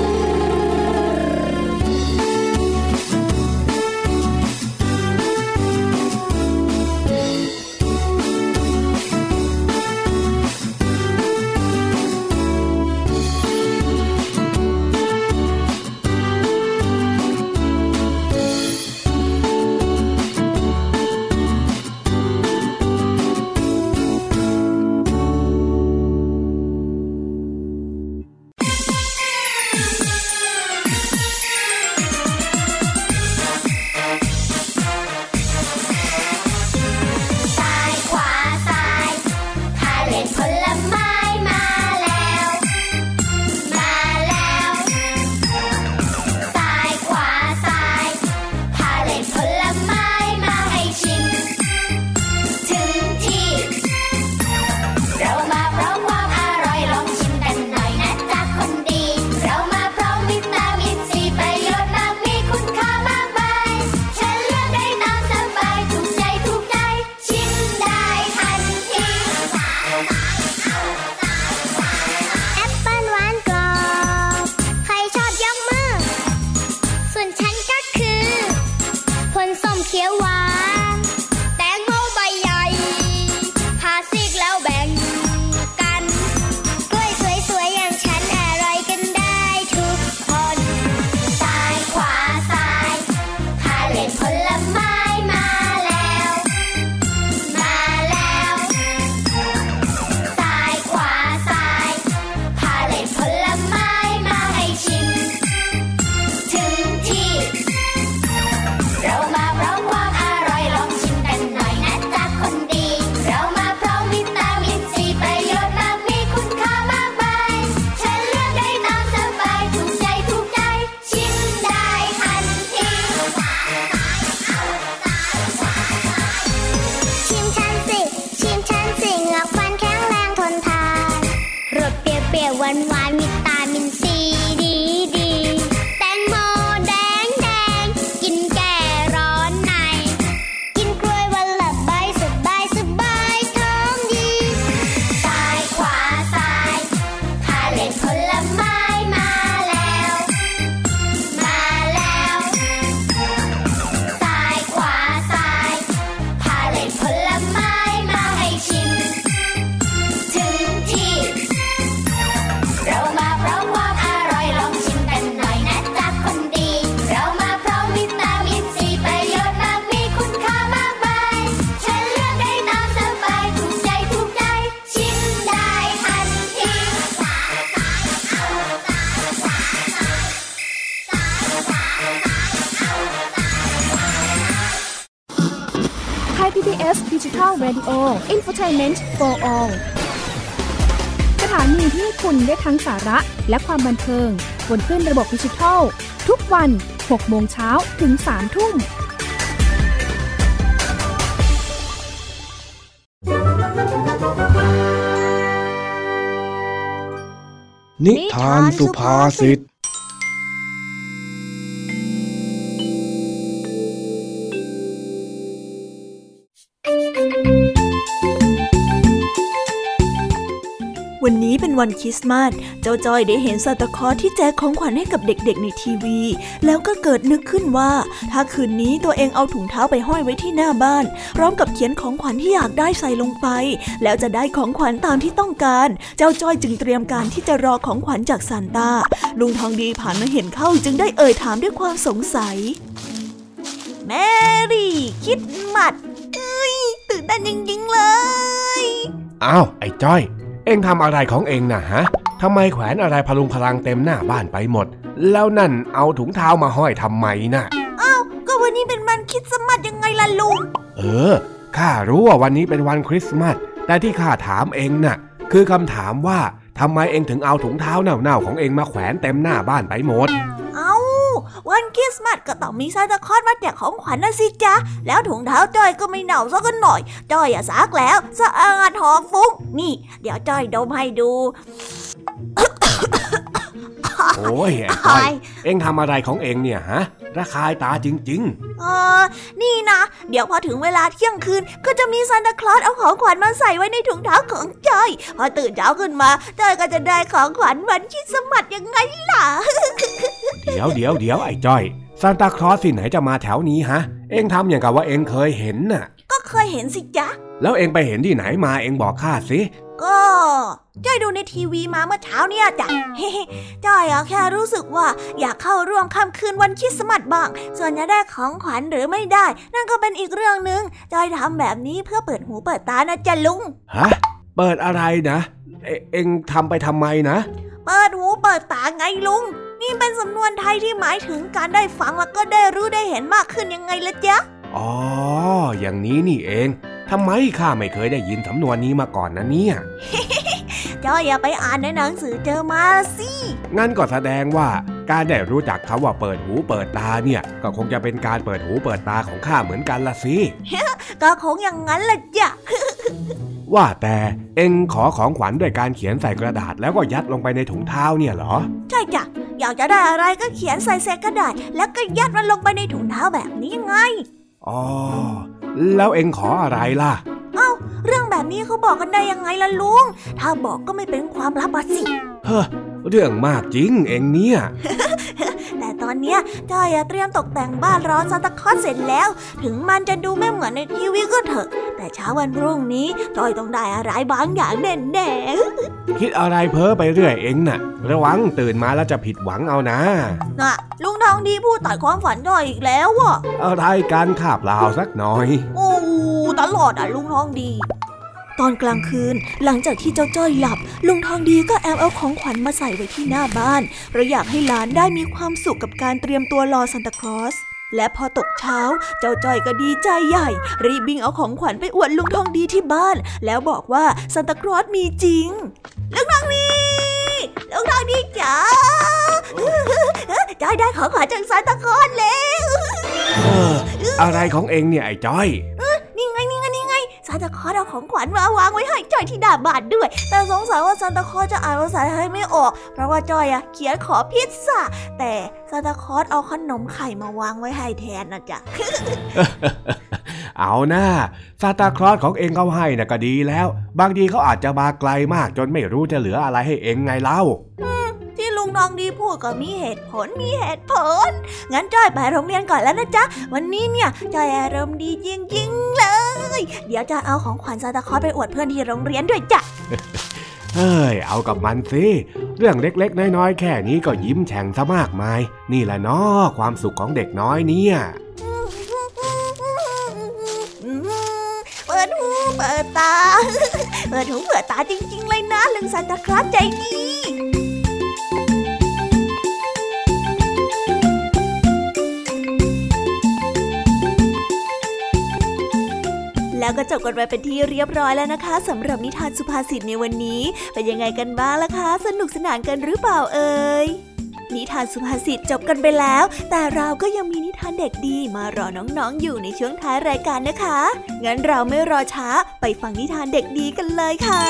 Speaker 6: PBS Digital Radio Infotainment for All สถานีที่คุณได้ทั้งสาระและความบันเทิงบนคลื่นระบบดิจิทัลทุกวัน 6 โมงเช้าถึง 3 ทุ่ม
Speaker 5: นิทานสุภาษิต
Speaker 1: วันนี้เป็นวันคริสต์มาสเจ้าจ้อยได้เห็นซานตาคลอสที่แจกของขวัญให้กับเด็กๆในทีวีแล้วก็เกิดนึกขึ้นว่าถ้าคืนนี้ตัวเองเอาถุงเท้าไปห้อยไว้ที่หน้าบ้านพร้อมกับเขียนของขวัญที่อยากได้ใส่ลงไปแล้วจะได้ของขวัญตามที่ต้องการเจ้าจ้อยจึงเตรียมการที่จะรอของขวัญจากซานต้าลุงทองดีผ่านมาเห็นเข้าจึงได้เอ่ยถามด้วยความสงสัยแมรี่คริสต์มาสตื่นเต้นจริงๆเลย
Speaker 5: อ้าวไอ้จ้อยเอ็งทำอะไรของเอ็งน่ะฮะทำไมแขวนอะไรพลุงพลังเต็มหน้าบ้านไปหมดแล้วนั่นเอาถุงเท้ามาห้อยทำไมน่ะ
Speaker 1: อ้าวก็วันนี้เป็นวันคริสต์มาสยังไงล่ะลุง
Speaker 5: ข้ารู้ว่าวันนี้เป็นวันคริสต์มาสแต่ที่ข้าถามเอ็งน่ะคือคำถามว่าทำไมเอ็งถึงเอาถุงเท้าเน่าๆของเอ็งมาแขวนเต็มหน้าบ้านไปหมด
Speaker 1: วันคริสต์มาสก็ต้องมีซานตาคลอสมาแจกของขวัญนะสิจ๊ะแล้วถุงเท้าจ้อยก็ไม่เน่าซะกันหน่อยจ้อยซักแล้วสะอาดหอมฟุ้งนี่เดี๋ยวจ้อยดมให้ดู
Speaker 5: โอ้ยไอ้จ้อยเอ็งทำอะไรของเอ็งเนี่ยฮะระคายตาจริง
Speaker 1: ๆนี่นะเดี๋ยวพอถึงเวลาเที่ยงคืนก็จะมีซานตาคลอสเอาของขวัญมาใส่ไว้ในถุงเท้าของจ้อยพอตื่นเช้าขึ้นมาจ้อยก็จะได้ของขวัญวันคริสต์มาสยังไงล่ะ
Speaker 5: เดี๋ยวไอ้จ้อยซานตาคลอสที่ไหนจะมาแถวนี้ฮะเอ็งทำอย่างกับว่าเอ็งเคยเห็นน่ะ
Speaker 1: ก็เคยเห็นสิจ๊ะ
Speaker 5: แล้วเอ็งไปเห็นที่ไหนมาเอ็งบอกข้าสิ
Speaker 1: ก็จ้อยดูในทีวีมาเมื่อเช้าเนี่ยจ้ะจ้อยแค่รู้สึกว่าอยากเข้าร่วมค่ำคืนวันคริสต์มาสบ้างส่วนจะได้ของขวัญหรือไม่ได้นั่นก็เป็นอีกเรื่องนึงจ้อยทำแบบนี้เพื่อเปิดหูเปิดตานะจ๊ะลุง
Speaker 5: ฮะเปิดอะไรนะเอ็งทำไปทำไมนะ
Speaker 1: เปิดหูเปิดตาไงลุงนี่เป็นสำนวนไทยที่หมายถึงการได้ฟังแล้วก็ได้รู้ได้เห็นมากขึ้นยังไงล่ะจ๊ะ
Speaker 5: อ๋ออย่างนี้นี่เองทำไมข้าไม่เคยได้ยินสำนวนนี้มาก่อนนะเนี่ย
Speaker 1: จ้อยอย่าไปอ่านในหนังสือเจอมาสิ
Speaker 5: งั้นก็แสดงว่าการได้รู้จักคำว่าเปิดหูเปิดตาเนี่ยก็คงจะเป็นการเปิดหูเปิดตาของข้าเหมือนกันละสิ
Speaker 1: ก็คงอย่างนั้นแหละจ้ะ
Speaker 5: ว่าแต่เอ็งขอของขวัญด้วยการเขียนใส่กระดาษแล้วก็ยัดลงไปในถุงเท้าเนี่ยเหรอ
Speaker 1: ใช่จ้ะอยากจะได้อะไรก็เขียนใส่กระดาษแล้วก็ยัดมันลงไปในถุงเท้าแบบนี้ไง
Speaker 5: อ๋อแล้วเอ็งขออะไรล่ะ
Speaker 1: เรื่องแบบนี้เขาบอกกันได้ยังไงล่ะลุงถ้าบอกก็ไม่เป็นความลับสิ
Speaker 5: เรื่องมากจริงเอ็งเนี่ย
Speaker 1: แต่ตอนเนี้ยจ้อยเตรียมตกแต่งบ้านรอซานตาคลอสเสร็จแล้วถึงมันจะดูไม่เหมือนในทีวีก็เถอะแต่เช้าวันพรุ่งนี้จ้อยต้องได้อะไรบางอย่างแน่
Speaker 5: ๆคิดอะไรเพ้อไปเรื่อยเอ็งน่ะระวังตื่นมาแล้วจะผิดหวังเอานะ
Speaker 1: ลุงทองดีพูดตัดความฝันจ้อยอีกแล้วอ่ะ
Speaker 5: อะไรกันข้าเปล่าสักหน่อย
Speaker 1: โอ้ตลอดลุงทองดีตอนกลางคืนหลังจากที่เจ้าจ้อยหลับลุงทองดีก็แอบเอาของขวัญมาใส่ไว้ที่หน้าบ้านเพราะอยากให้หลานได้มีความสุขกับการเตรียมตัวรอซานตาคลอสและพอตกเช้าเจ้าจ้อยก็ดีใจใหญ่รีบวิ่งเอาของขวัญไปอวดลุงทองดีที่บ้านแล้วบอกว่าซานตาคลอสมีจริงลุงทองดีจ๋าจ้อยได้ของขวัญจากซานตาคลอสแล้ว
Speaker 5: อะไรของเอ็งเนี่ยไอ้จ้อย
Speaker 1: นี่ไงซานตาคลอสเอาของขวัญมาวางไว้ให้จ้อยที่หน้าบ้านด้วยแต่สงสัยว่าซานตาคลอสจะอ่านภาษาไทยไม่ออกเพราะว่าจ้อยเขียนขอพิซซ่าแต่ซานตาคลอสเอาขนมไข่มาวางไว้ให้แทนนะจ๊ะ
Speaker 5: เอาหน้าซานตาคลอสของเอ็งเขาให้น่ะก็ดีแล้วบางทีเขาอาจจะมาไกลมากจนไม่รู้จะเหลืออะไรให้เอ็งไงเล่า
Speaker 1: ที่ลุงทองดีพูดก็มีเหตุผลงั้นจ้อยไปโรงเรียนก่อนแล้วนะจ๊ะวันนี้เนี่ยจ้อยอารมณ์ดีจริงๆเลยเดี๋ยวจะเอาของขวัญซานตาคลอสไปอวดเพื่อนที่โรงเรียนด้วยจ้ะ
Speaker 5: เอากับมันสิเรื่องเล็กๆน้อยๆแค่นี้ก็ยิ้มแฉ่งซะมากมายนี่แหละเนาะความสุขของเด็กน้อยเนี่ย
Speaker 1: เปิดหูเปิดตาจริงๆเลยนะลุงซานตาคลอสใจดีแก็จบกันไปเป็นที่เรียบร้อยแล้วนะคะสำหรับนิทานสุภาษิตในวันนี้เป็นยังไงกันบ้างล่ะคะสนุกสนานกันหรือเปล่าเอ่ยนิทานสุภาษิตจบกันไปแล้วแต่เราก็ยังมีนิทานเด็กดีมารอน้องๆอยู่ในช่วงท้ายรายการนะคะงั้นเราไม่รอช้าไปฟังนิทานเด็กดีกันเลยค่ะ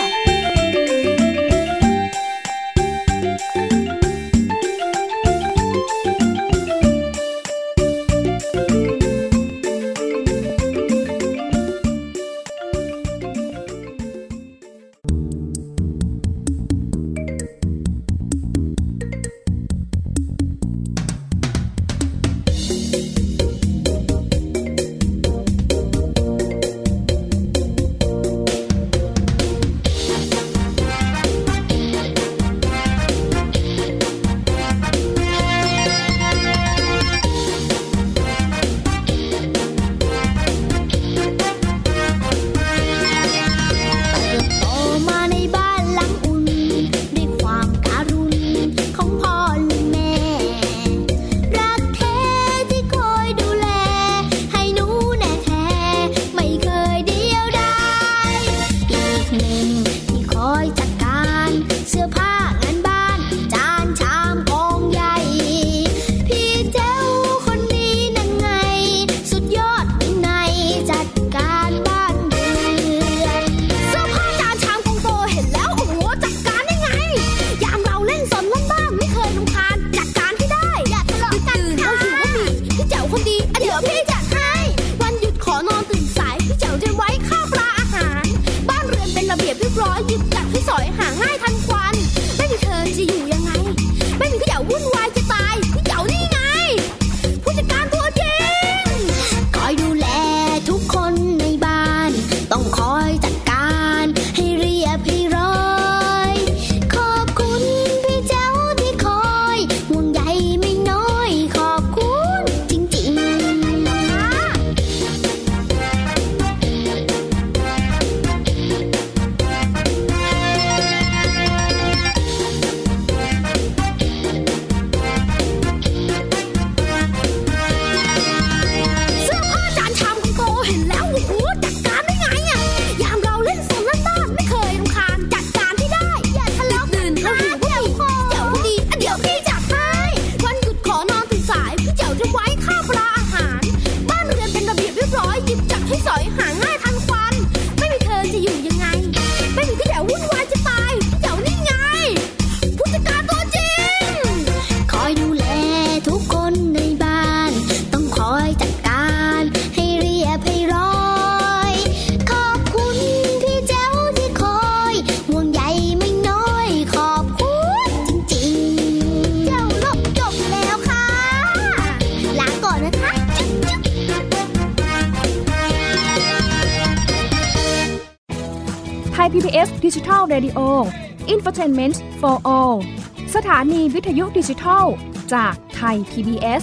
Speaker 6: PBS Digital Radio Infotainment for All สถานีวิทยุดิจิทัลจากไทย PBS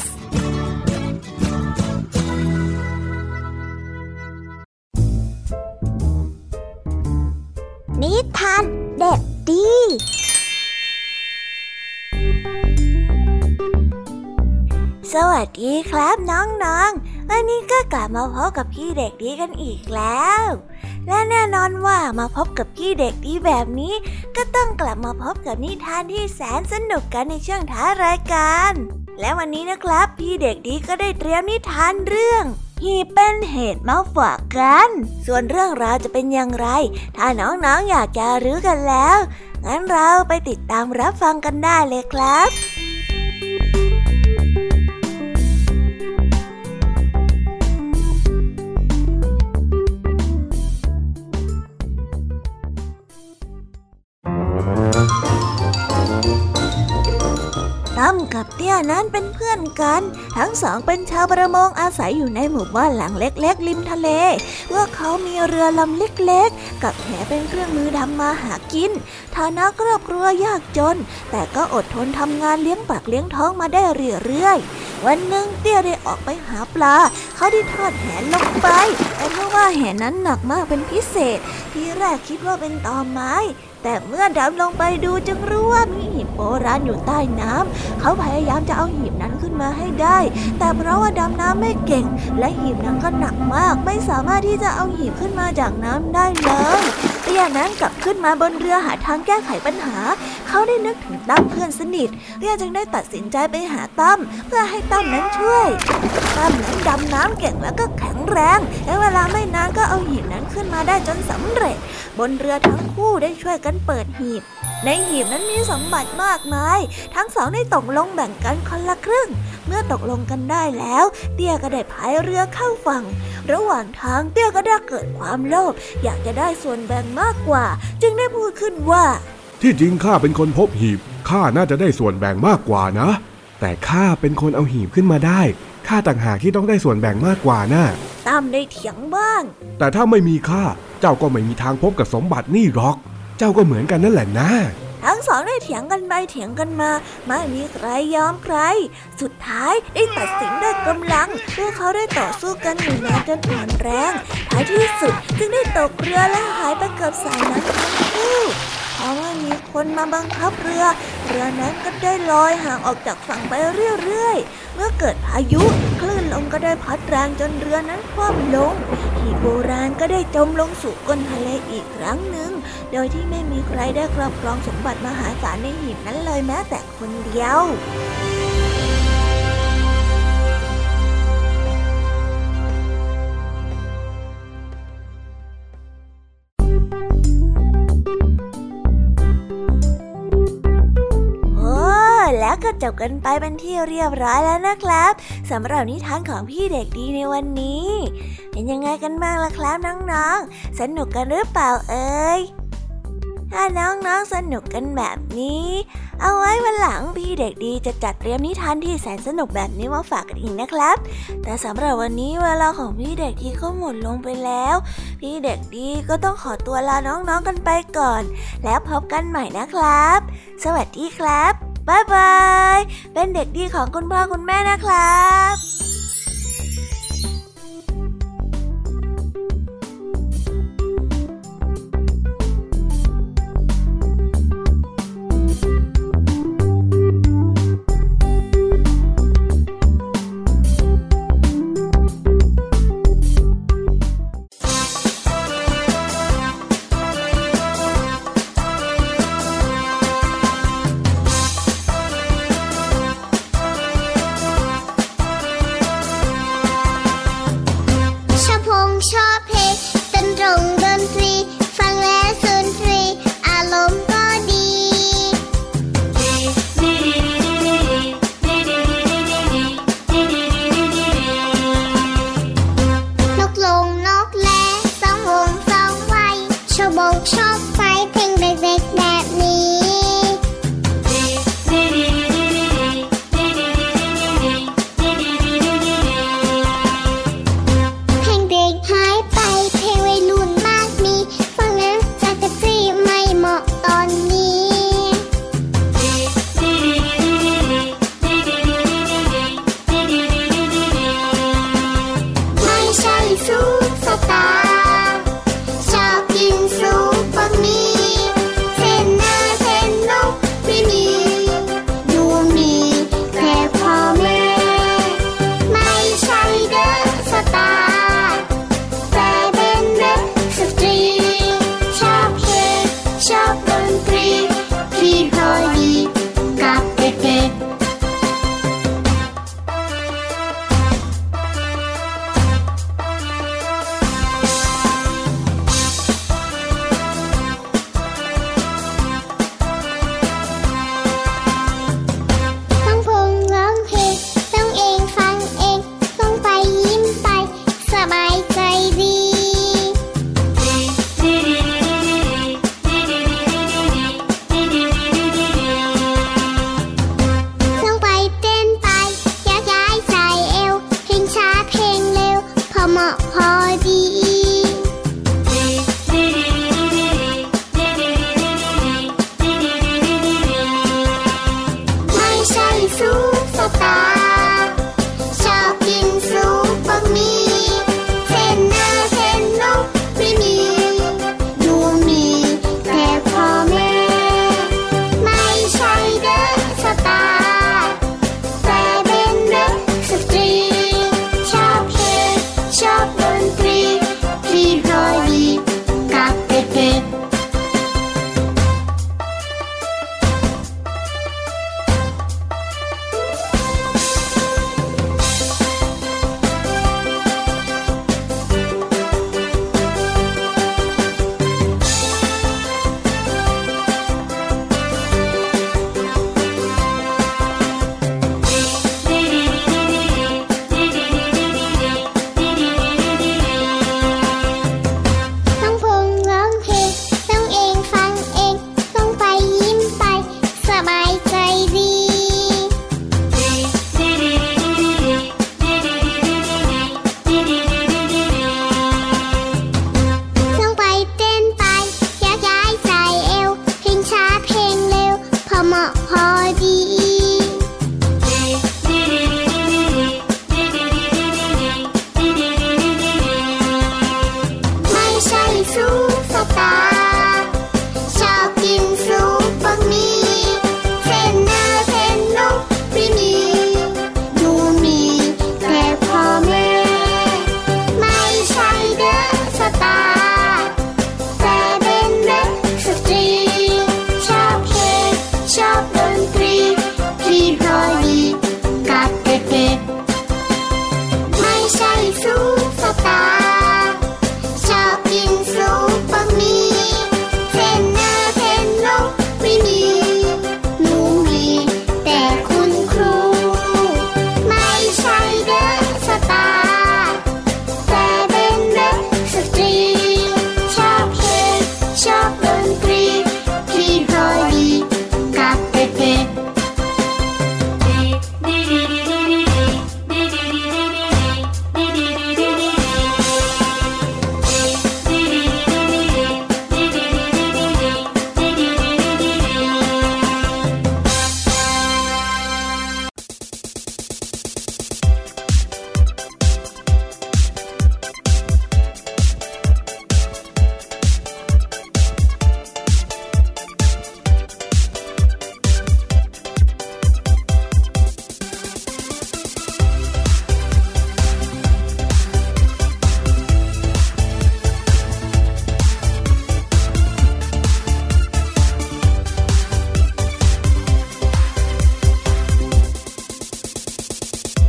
Speaker 3: นิทานเด็กดี
Speaker 1: สวัสดีครับน้องๆวันนี้ก็กลับมาพบกับพี่เด็กดีกันอีกแล้วและแน่นอนว่ามาพบกับพี่เด็กดีแบบนี้ก็ต้องกลับมาพบกับนิทานที่แสนสนุกกันในช่วงท้ายรายการและวันนี้นะครับพี่เด็กดีก็ได้เตรียมนิทานเรื่องหีบเป็นเหตุมาฝากกันส่วนเรื่องราวจะเป็นอย่างไรถ้าน้องๆอยากจะรู้กันแล้วงั้นเราไปติดตามรับฟังกันได้เลยครับตั้มกับเตี้ยนั้นเป็นเพื่อนกันทั้งสองเป็นชาวประมงอาศัยอยู่ในหมู่บ้านหลังเล็กๆริมทะเลพวกเขามีเรือลำเล็กๆกับแหเป็นเครื่องมือทำมาหากินฐานะครอบครัวยากจนแต่ก็อดทนทำงานเลี้ยงปากเลี้ยงท้องมาได้เรื่อยๆวันหนึ่งเตี้ยได้ออกไปหาปลาเขาได้ทอดแหลงไปแต่เพราะว่าแหนั้นหนักมากเป็นพิเศษทีแรกคิดว่าเป็นตอไม้แต่เมื่อดำลงไปดูจึงรู้ว่ามีหีบโบราณอยู่ใต้น้ำเขาพยายามจะเอาหีบนั้นขึ้นมาให้ได้แต่เพราะว่าดำน้ำไม่เก่งและหีบนั้นก็หนักมากไม่สามารถที่จะเอาหีบขึ้นมาจากน้ำได้เลยเตี้ยนั้นกลับขึ้นมาบนเรือหาทางแก้ไขปัญหาเขาได้นึกถึงตั้มเพื่อนสนิทเตี้ยจึงได้ตัดสินใจไปหาตั้มเพื่อให้ตั้มนั้นช่วยตั้มนั้นดำน้ำเก่งแล้วก็แข็งแรงและเวลาไม่นานก็เอาหีบนั้นขึ้นมาได้จนสำเร็จบนเรือทั้งคู่ได้ช่วยกันเปิดหีบในหีบนั้นมีสมบัติมากมายทั้งสองได้ตกลงแบ่งกันคนละครึ่งเมื่อตกลงกันได้แล้วเตี้ยก็ได้พายเรือเข้าฝั่งระหว่างทางเตี้ยก็ได้เกิดความโลภอยากจะได้ส่วนแบ่งมากกว่าจึงได้พูดขึ้นว่า
Speaker 5: ที่จริงข้าเป็นคนพบหีบข้าน่าจะได้ส่วนแบ่งมากกว่านะแต่ข้าเป็นคนเอาหีบขึ้นมาได้ข้าต่างหากที่ต้องได้ส่วนแบ่งมากกว่านะ
Speaker 1: ตั้มได้เถียงบ้าง
Speaker 5: แต่ถ้าไม่มีข้าเจ้าก็ไม่มีทางพบกับสมบัตินี่หรอกเจ้าก็เหมือนกันนั่นแหละนะ
Speaker 1: ทั้งสองได้เถียงกันไปเถียงกันมาไม่มีใครยอมใครสุดท้ายได้ตัดสินด้วยกำลังพวกเขาได้ต่อสู้กันอยู่นานจนอ่อนแรงท้ายที่สุดจึงได้ตกเรือและหายไปกับสายน้ำทั้งคู่เพราะว่ามีคนมาบังคับเรือนั้นก็ได้ลอยห่างออกจากฝั่งไปเรื่อยๆเมื่อเกิดพายุคลื่นลมก็ได้พัดแรงจนเรือนั้นคว่ำลงหีบโบราณก็ได้จมลงสู่ก้นทะเลอีกครั้งหนึ่งโดยที่ไม่มีใครได้ครอบครองสมบัติมหาศาลในหีบนั้นเลยแม้แต่คนเดียวแล้วก็จบกันไปเป็นที่เรียบร้อยแล้วนะครับสำหรับนิทานของพี่เด็กดีในวันนี้เป็นยังไงกันบ้างล่ะครับน้องๆสนุกกันหรือเปล่าเอ่ยถ้าน้องๆสนุกกันแบบนี้เอาไว้วันหลังพี่เด็กดีจะจัดเตรียมนิทานที่แสนสนุกแบบนี้มาฝากกันอีกนะครับแต่สำหรับวันนี้เวลาของพี่เด็กดีก็หมดลงไปแล้วพี่เด็กดีก็ต้องขอตัวลาน้องๆกันไปก่อนแล้วพบกันใหม่นะครับสวัสดีครับบ๊ายบายเป็นเด็กดีของคุณพ่อคุณแม่นะครับ
Speaker 3: เพลงเด็กหายไปเพลงวัยรุ่นมา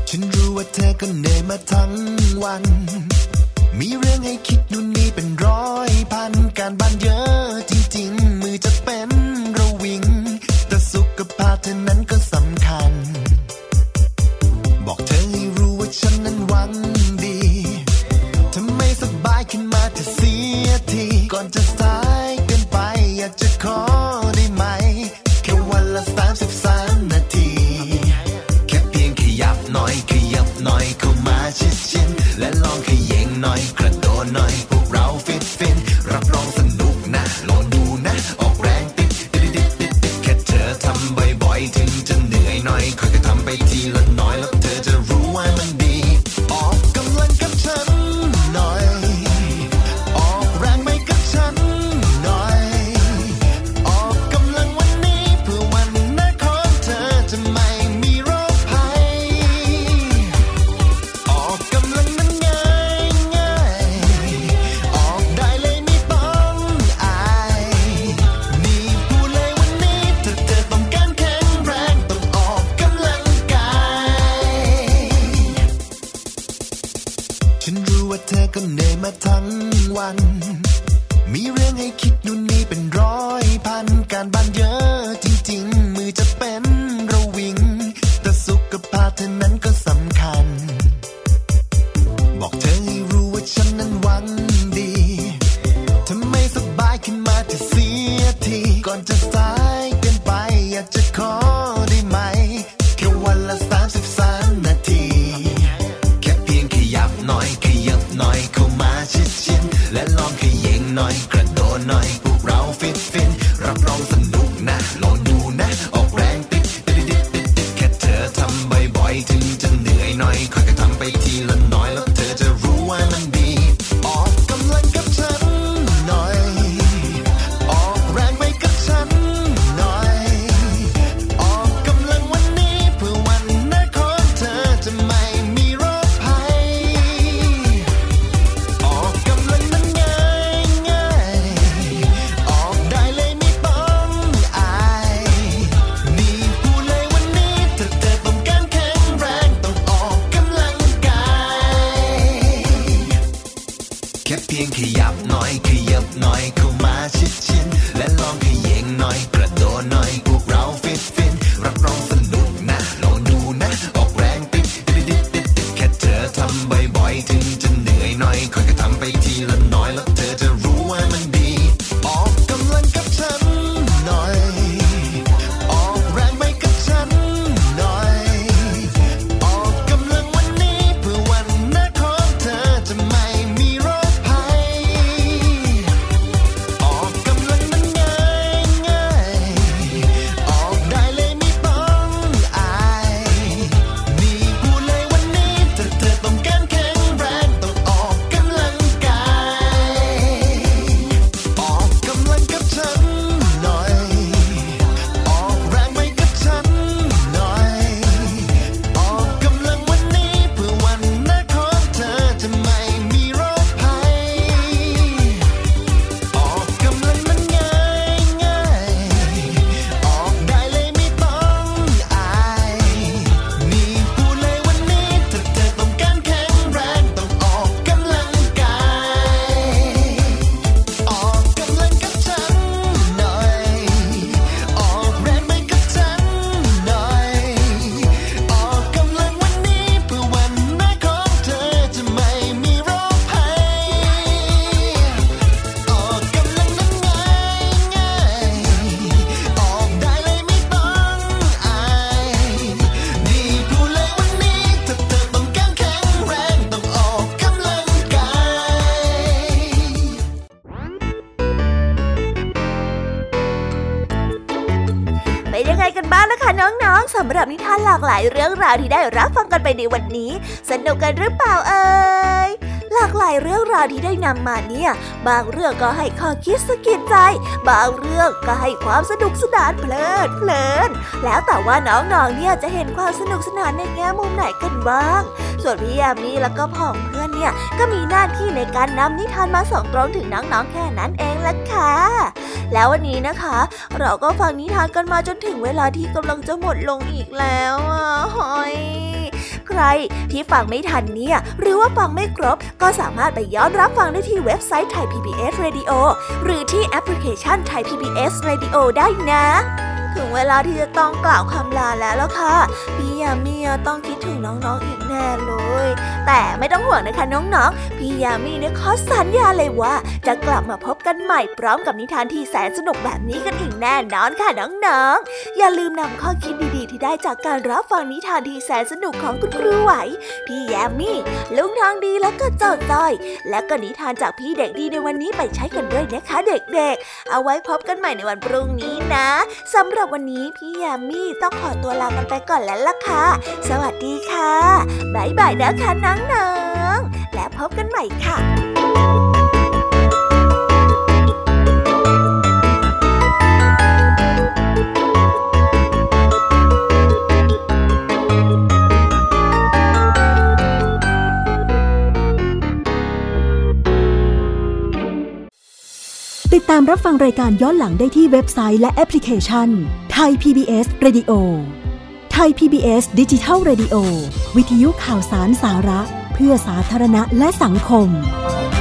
Speaker 7: ฉันรู้ว่าเธอก็เหนื่อยมาทั้งวันมีเรื่องให้คิดนู่นนี่เป็นร้อยพันการบ้านเยอะจริงๆมือจะเป็นระวิงแต่สุขภาพเธอนั้นก็สำคัญบอกเธอให้รู้ว่าฉันนั้นหวังดีถ้าไม่สบายขึ้นมาเธอเสียทีก่อนจะสายเกินไปอยากจะขอได้ไหมแค่วันละ33 นาทีแค่เพียงขยับหน่อยเข้ามาชิดๆและลองขย่งหน่อยกระโดดหน่อยพวกเราฟินรับรองสนุกนะลองดูนะออกแรงติดแค่เธอทำบ่อยๆถึงจะเหนื่อยหน่อยค่อยๆทำไปทีละน้อยแล้วเธอจะรู้ว่ามันดีออกกำลังกับฉันหน่อยออกแรงไปกับฉันหน่อยออกกำลังวันนี้เพื่อวันหน้าของเธอจะไม่มีโรคภัยออกกำลังนั้นง่ายออกได้เลยไม่ต้องอายนี่พูดเลยวันนี้ถ้าเธอต้องการแข็งแรงต้องออกกำลังกายฉันรู้ว่าเธอก็เหนื่อยมาทั้งวันมีเรื่องให้คิดนู่นนี่เป็นร้อยพันการบ้านเยอะจริงๆมือจะเป็นระวิงแต่สุขภาพเธอนั้นก็สำคัญบอกเธอให้รู้ว่าฉันนั้นหวังดีถ้าไม่สบายขึ้นมาเธอเสียทีก่อนจะสายเกินไปอยากจะขอได้ไหมแค่วันละ33 นาทีแค่เพียงขยับหน่อยเข้ามาชิดๆและลองขย่งหน่อยกระโดดหน่อยพวกเราฟินรับรองสนุกนะลองดูนะออกแรงติดแค่เธอทำบ่อยๆถึงจะเหนื่อยหน่อยค่อยๆทำไปทีละน้อยแล้วเธอจะรู้ว่ามันดีออกกำลังกับฉันหน่อยออกแรงไปกับฉันหน่อยออกกำลังวันนี้เพื่อวันหน้าของเธอจะไม่มีโรคภัยออกกำลังนั้นง่ายออกได้เลยไม่ต้องอายนี่พูดเลยวันนี้ถ้าเธอต้องการแข็งแรงต้องออกกำลังกายแค่เพียงขยับหน่อยเข้ามาชิดๆและลองขย่งหน่อยกระโดดหน่อยพวกเราฟินรับรองสนุกนะลองดูนะออกแรงติดแค่เธอทำบ่อยๆถึงจะเหนื่อยหน่อยค่อยๆทำไปทีละน้อยแล้วเธอจะรู้ว่ามันดีออกกำลังกับฉันหน่อยออกแรงไปกับฉันหน่อยออกกำลังวันนี้เพื่อวันหน้าของเธอจะไม่มีโรคภัยออกกำลังนั้นง่ายออกได้เลยไม่ต้องอายนี่พูดเลยวันนี้ถ้าเธอต้องการแข็งแรงต้องออกกำลังกายออกกำลังกับฉันหน่อยออกแรงไปกับฉันหน่อยออกกำลังวันนี้เพื่อวันหน้าของเธอจะไม่มีโรคภัยออกกำลังนั้นง่ายออกได้เลยไม่ต้องอายนี่พูดเลยวันนี้ถ้าเธอต้องการแข็งแรงต้องออกกำลังกายออกกำลังกับฉันหน่อยออกแรงไปกับฉันหน่อยออกกำลังวันนี้เพื่อวันหน้าของเธอจะไม่มีโรคภัยออกกำลังนั้นง่ายออกได้เลยไม่ต้องอายนี่พูดเลยวันนี้ถ้าเธอต้องการแข็งแรงต้องออกกำลังกาย
Speaker 1: เป็นยังไงกันบ้างล่ะคะน้องๆสำหรับนิทานหลากหลายเรื่องราวที่ได้รับฟังกันไปในวันนี้สนุกกันหรือเปล่าเอ่ยหลากหลายเรื่องราวที่ได้นำมาเนี่ยบางเรื่องก็ให้ข้อคิดสะกิดใจบางเรื่องก็ให้ความสนุกสนานเพลินแล้วแต่ว่าน้องๆเนี่ยจะเห็นความสนุกสนานในแง่มุมไหนกันบ้างส่วนพี่ยามีแล้วก็พ่องเพื่อนเนี่ยก็มีหน้าที่ในการนำนิทานมาส่งตรงถึงน้องๆแค่นั้นเองล่ะค่ะ แล้ววันนี้นะคะเราก็ฟังนิทานกันมาจนถึงเวลาที่กำลังจะหมดลงอีกแล้วหอยใครรที่ฟังไม่ทันเนี่ยหรือว่าฟังไม่ครบก็สามารถไปย้อนรับฟังได้ที่เว็บไซต์ Thai PBS Radio หรือที่แอปพลิเคชัน Thai PBS Radio ได้นะถึงเวลาที่จะต้องกล่าวคำลาแล้วล่ะค่ะพี่ยามีต้องคิดถึงน้องๆอีกแน่เลยแต่ไม่ต้องห่วงนะคะน้องๆพี่ยามีเนี่ยขอสัญญาเลยว่าจะกลับมาพบกันใหม่พร้อมกับนิทานที่แสนสนุกแบบนี้กันอีกแน่นอนค่ะน้องๆอย่าลืมนำข้อคิดดีๆที่ได้จากการรับฟังนิทานที่แสนสนุกของคุณครูไหวพี่ยามีลุงทองดีและก็เจ้าจ้อยและก็นิทานจากพี่เด็กดีในวันนี้ไปใช้กันด้วยนะคะเด็กๆเอาไว้พบกันใหม่ในวันพรุ่งนี้นะสำหรับวันนี้พี่ยามีต้องขอตัวลากันไปก่อนแล้วล่ะค่ะสวัสดีค่ะบ๊ายบายนะคะน้องๆและพบกันใหม่ค่ะ
Speaker 8: ติดตามรับฟังรายการย้อนหลังได้ที่เว็บไซต์และแอปพลิเคชัน Thai PBS Radio Thai PBS Digital Radio วิทยุข่าวสารสาระเพื่อสาธารณะและสังคม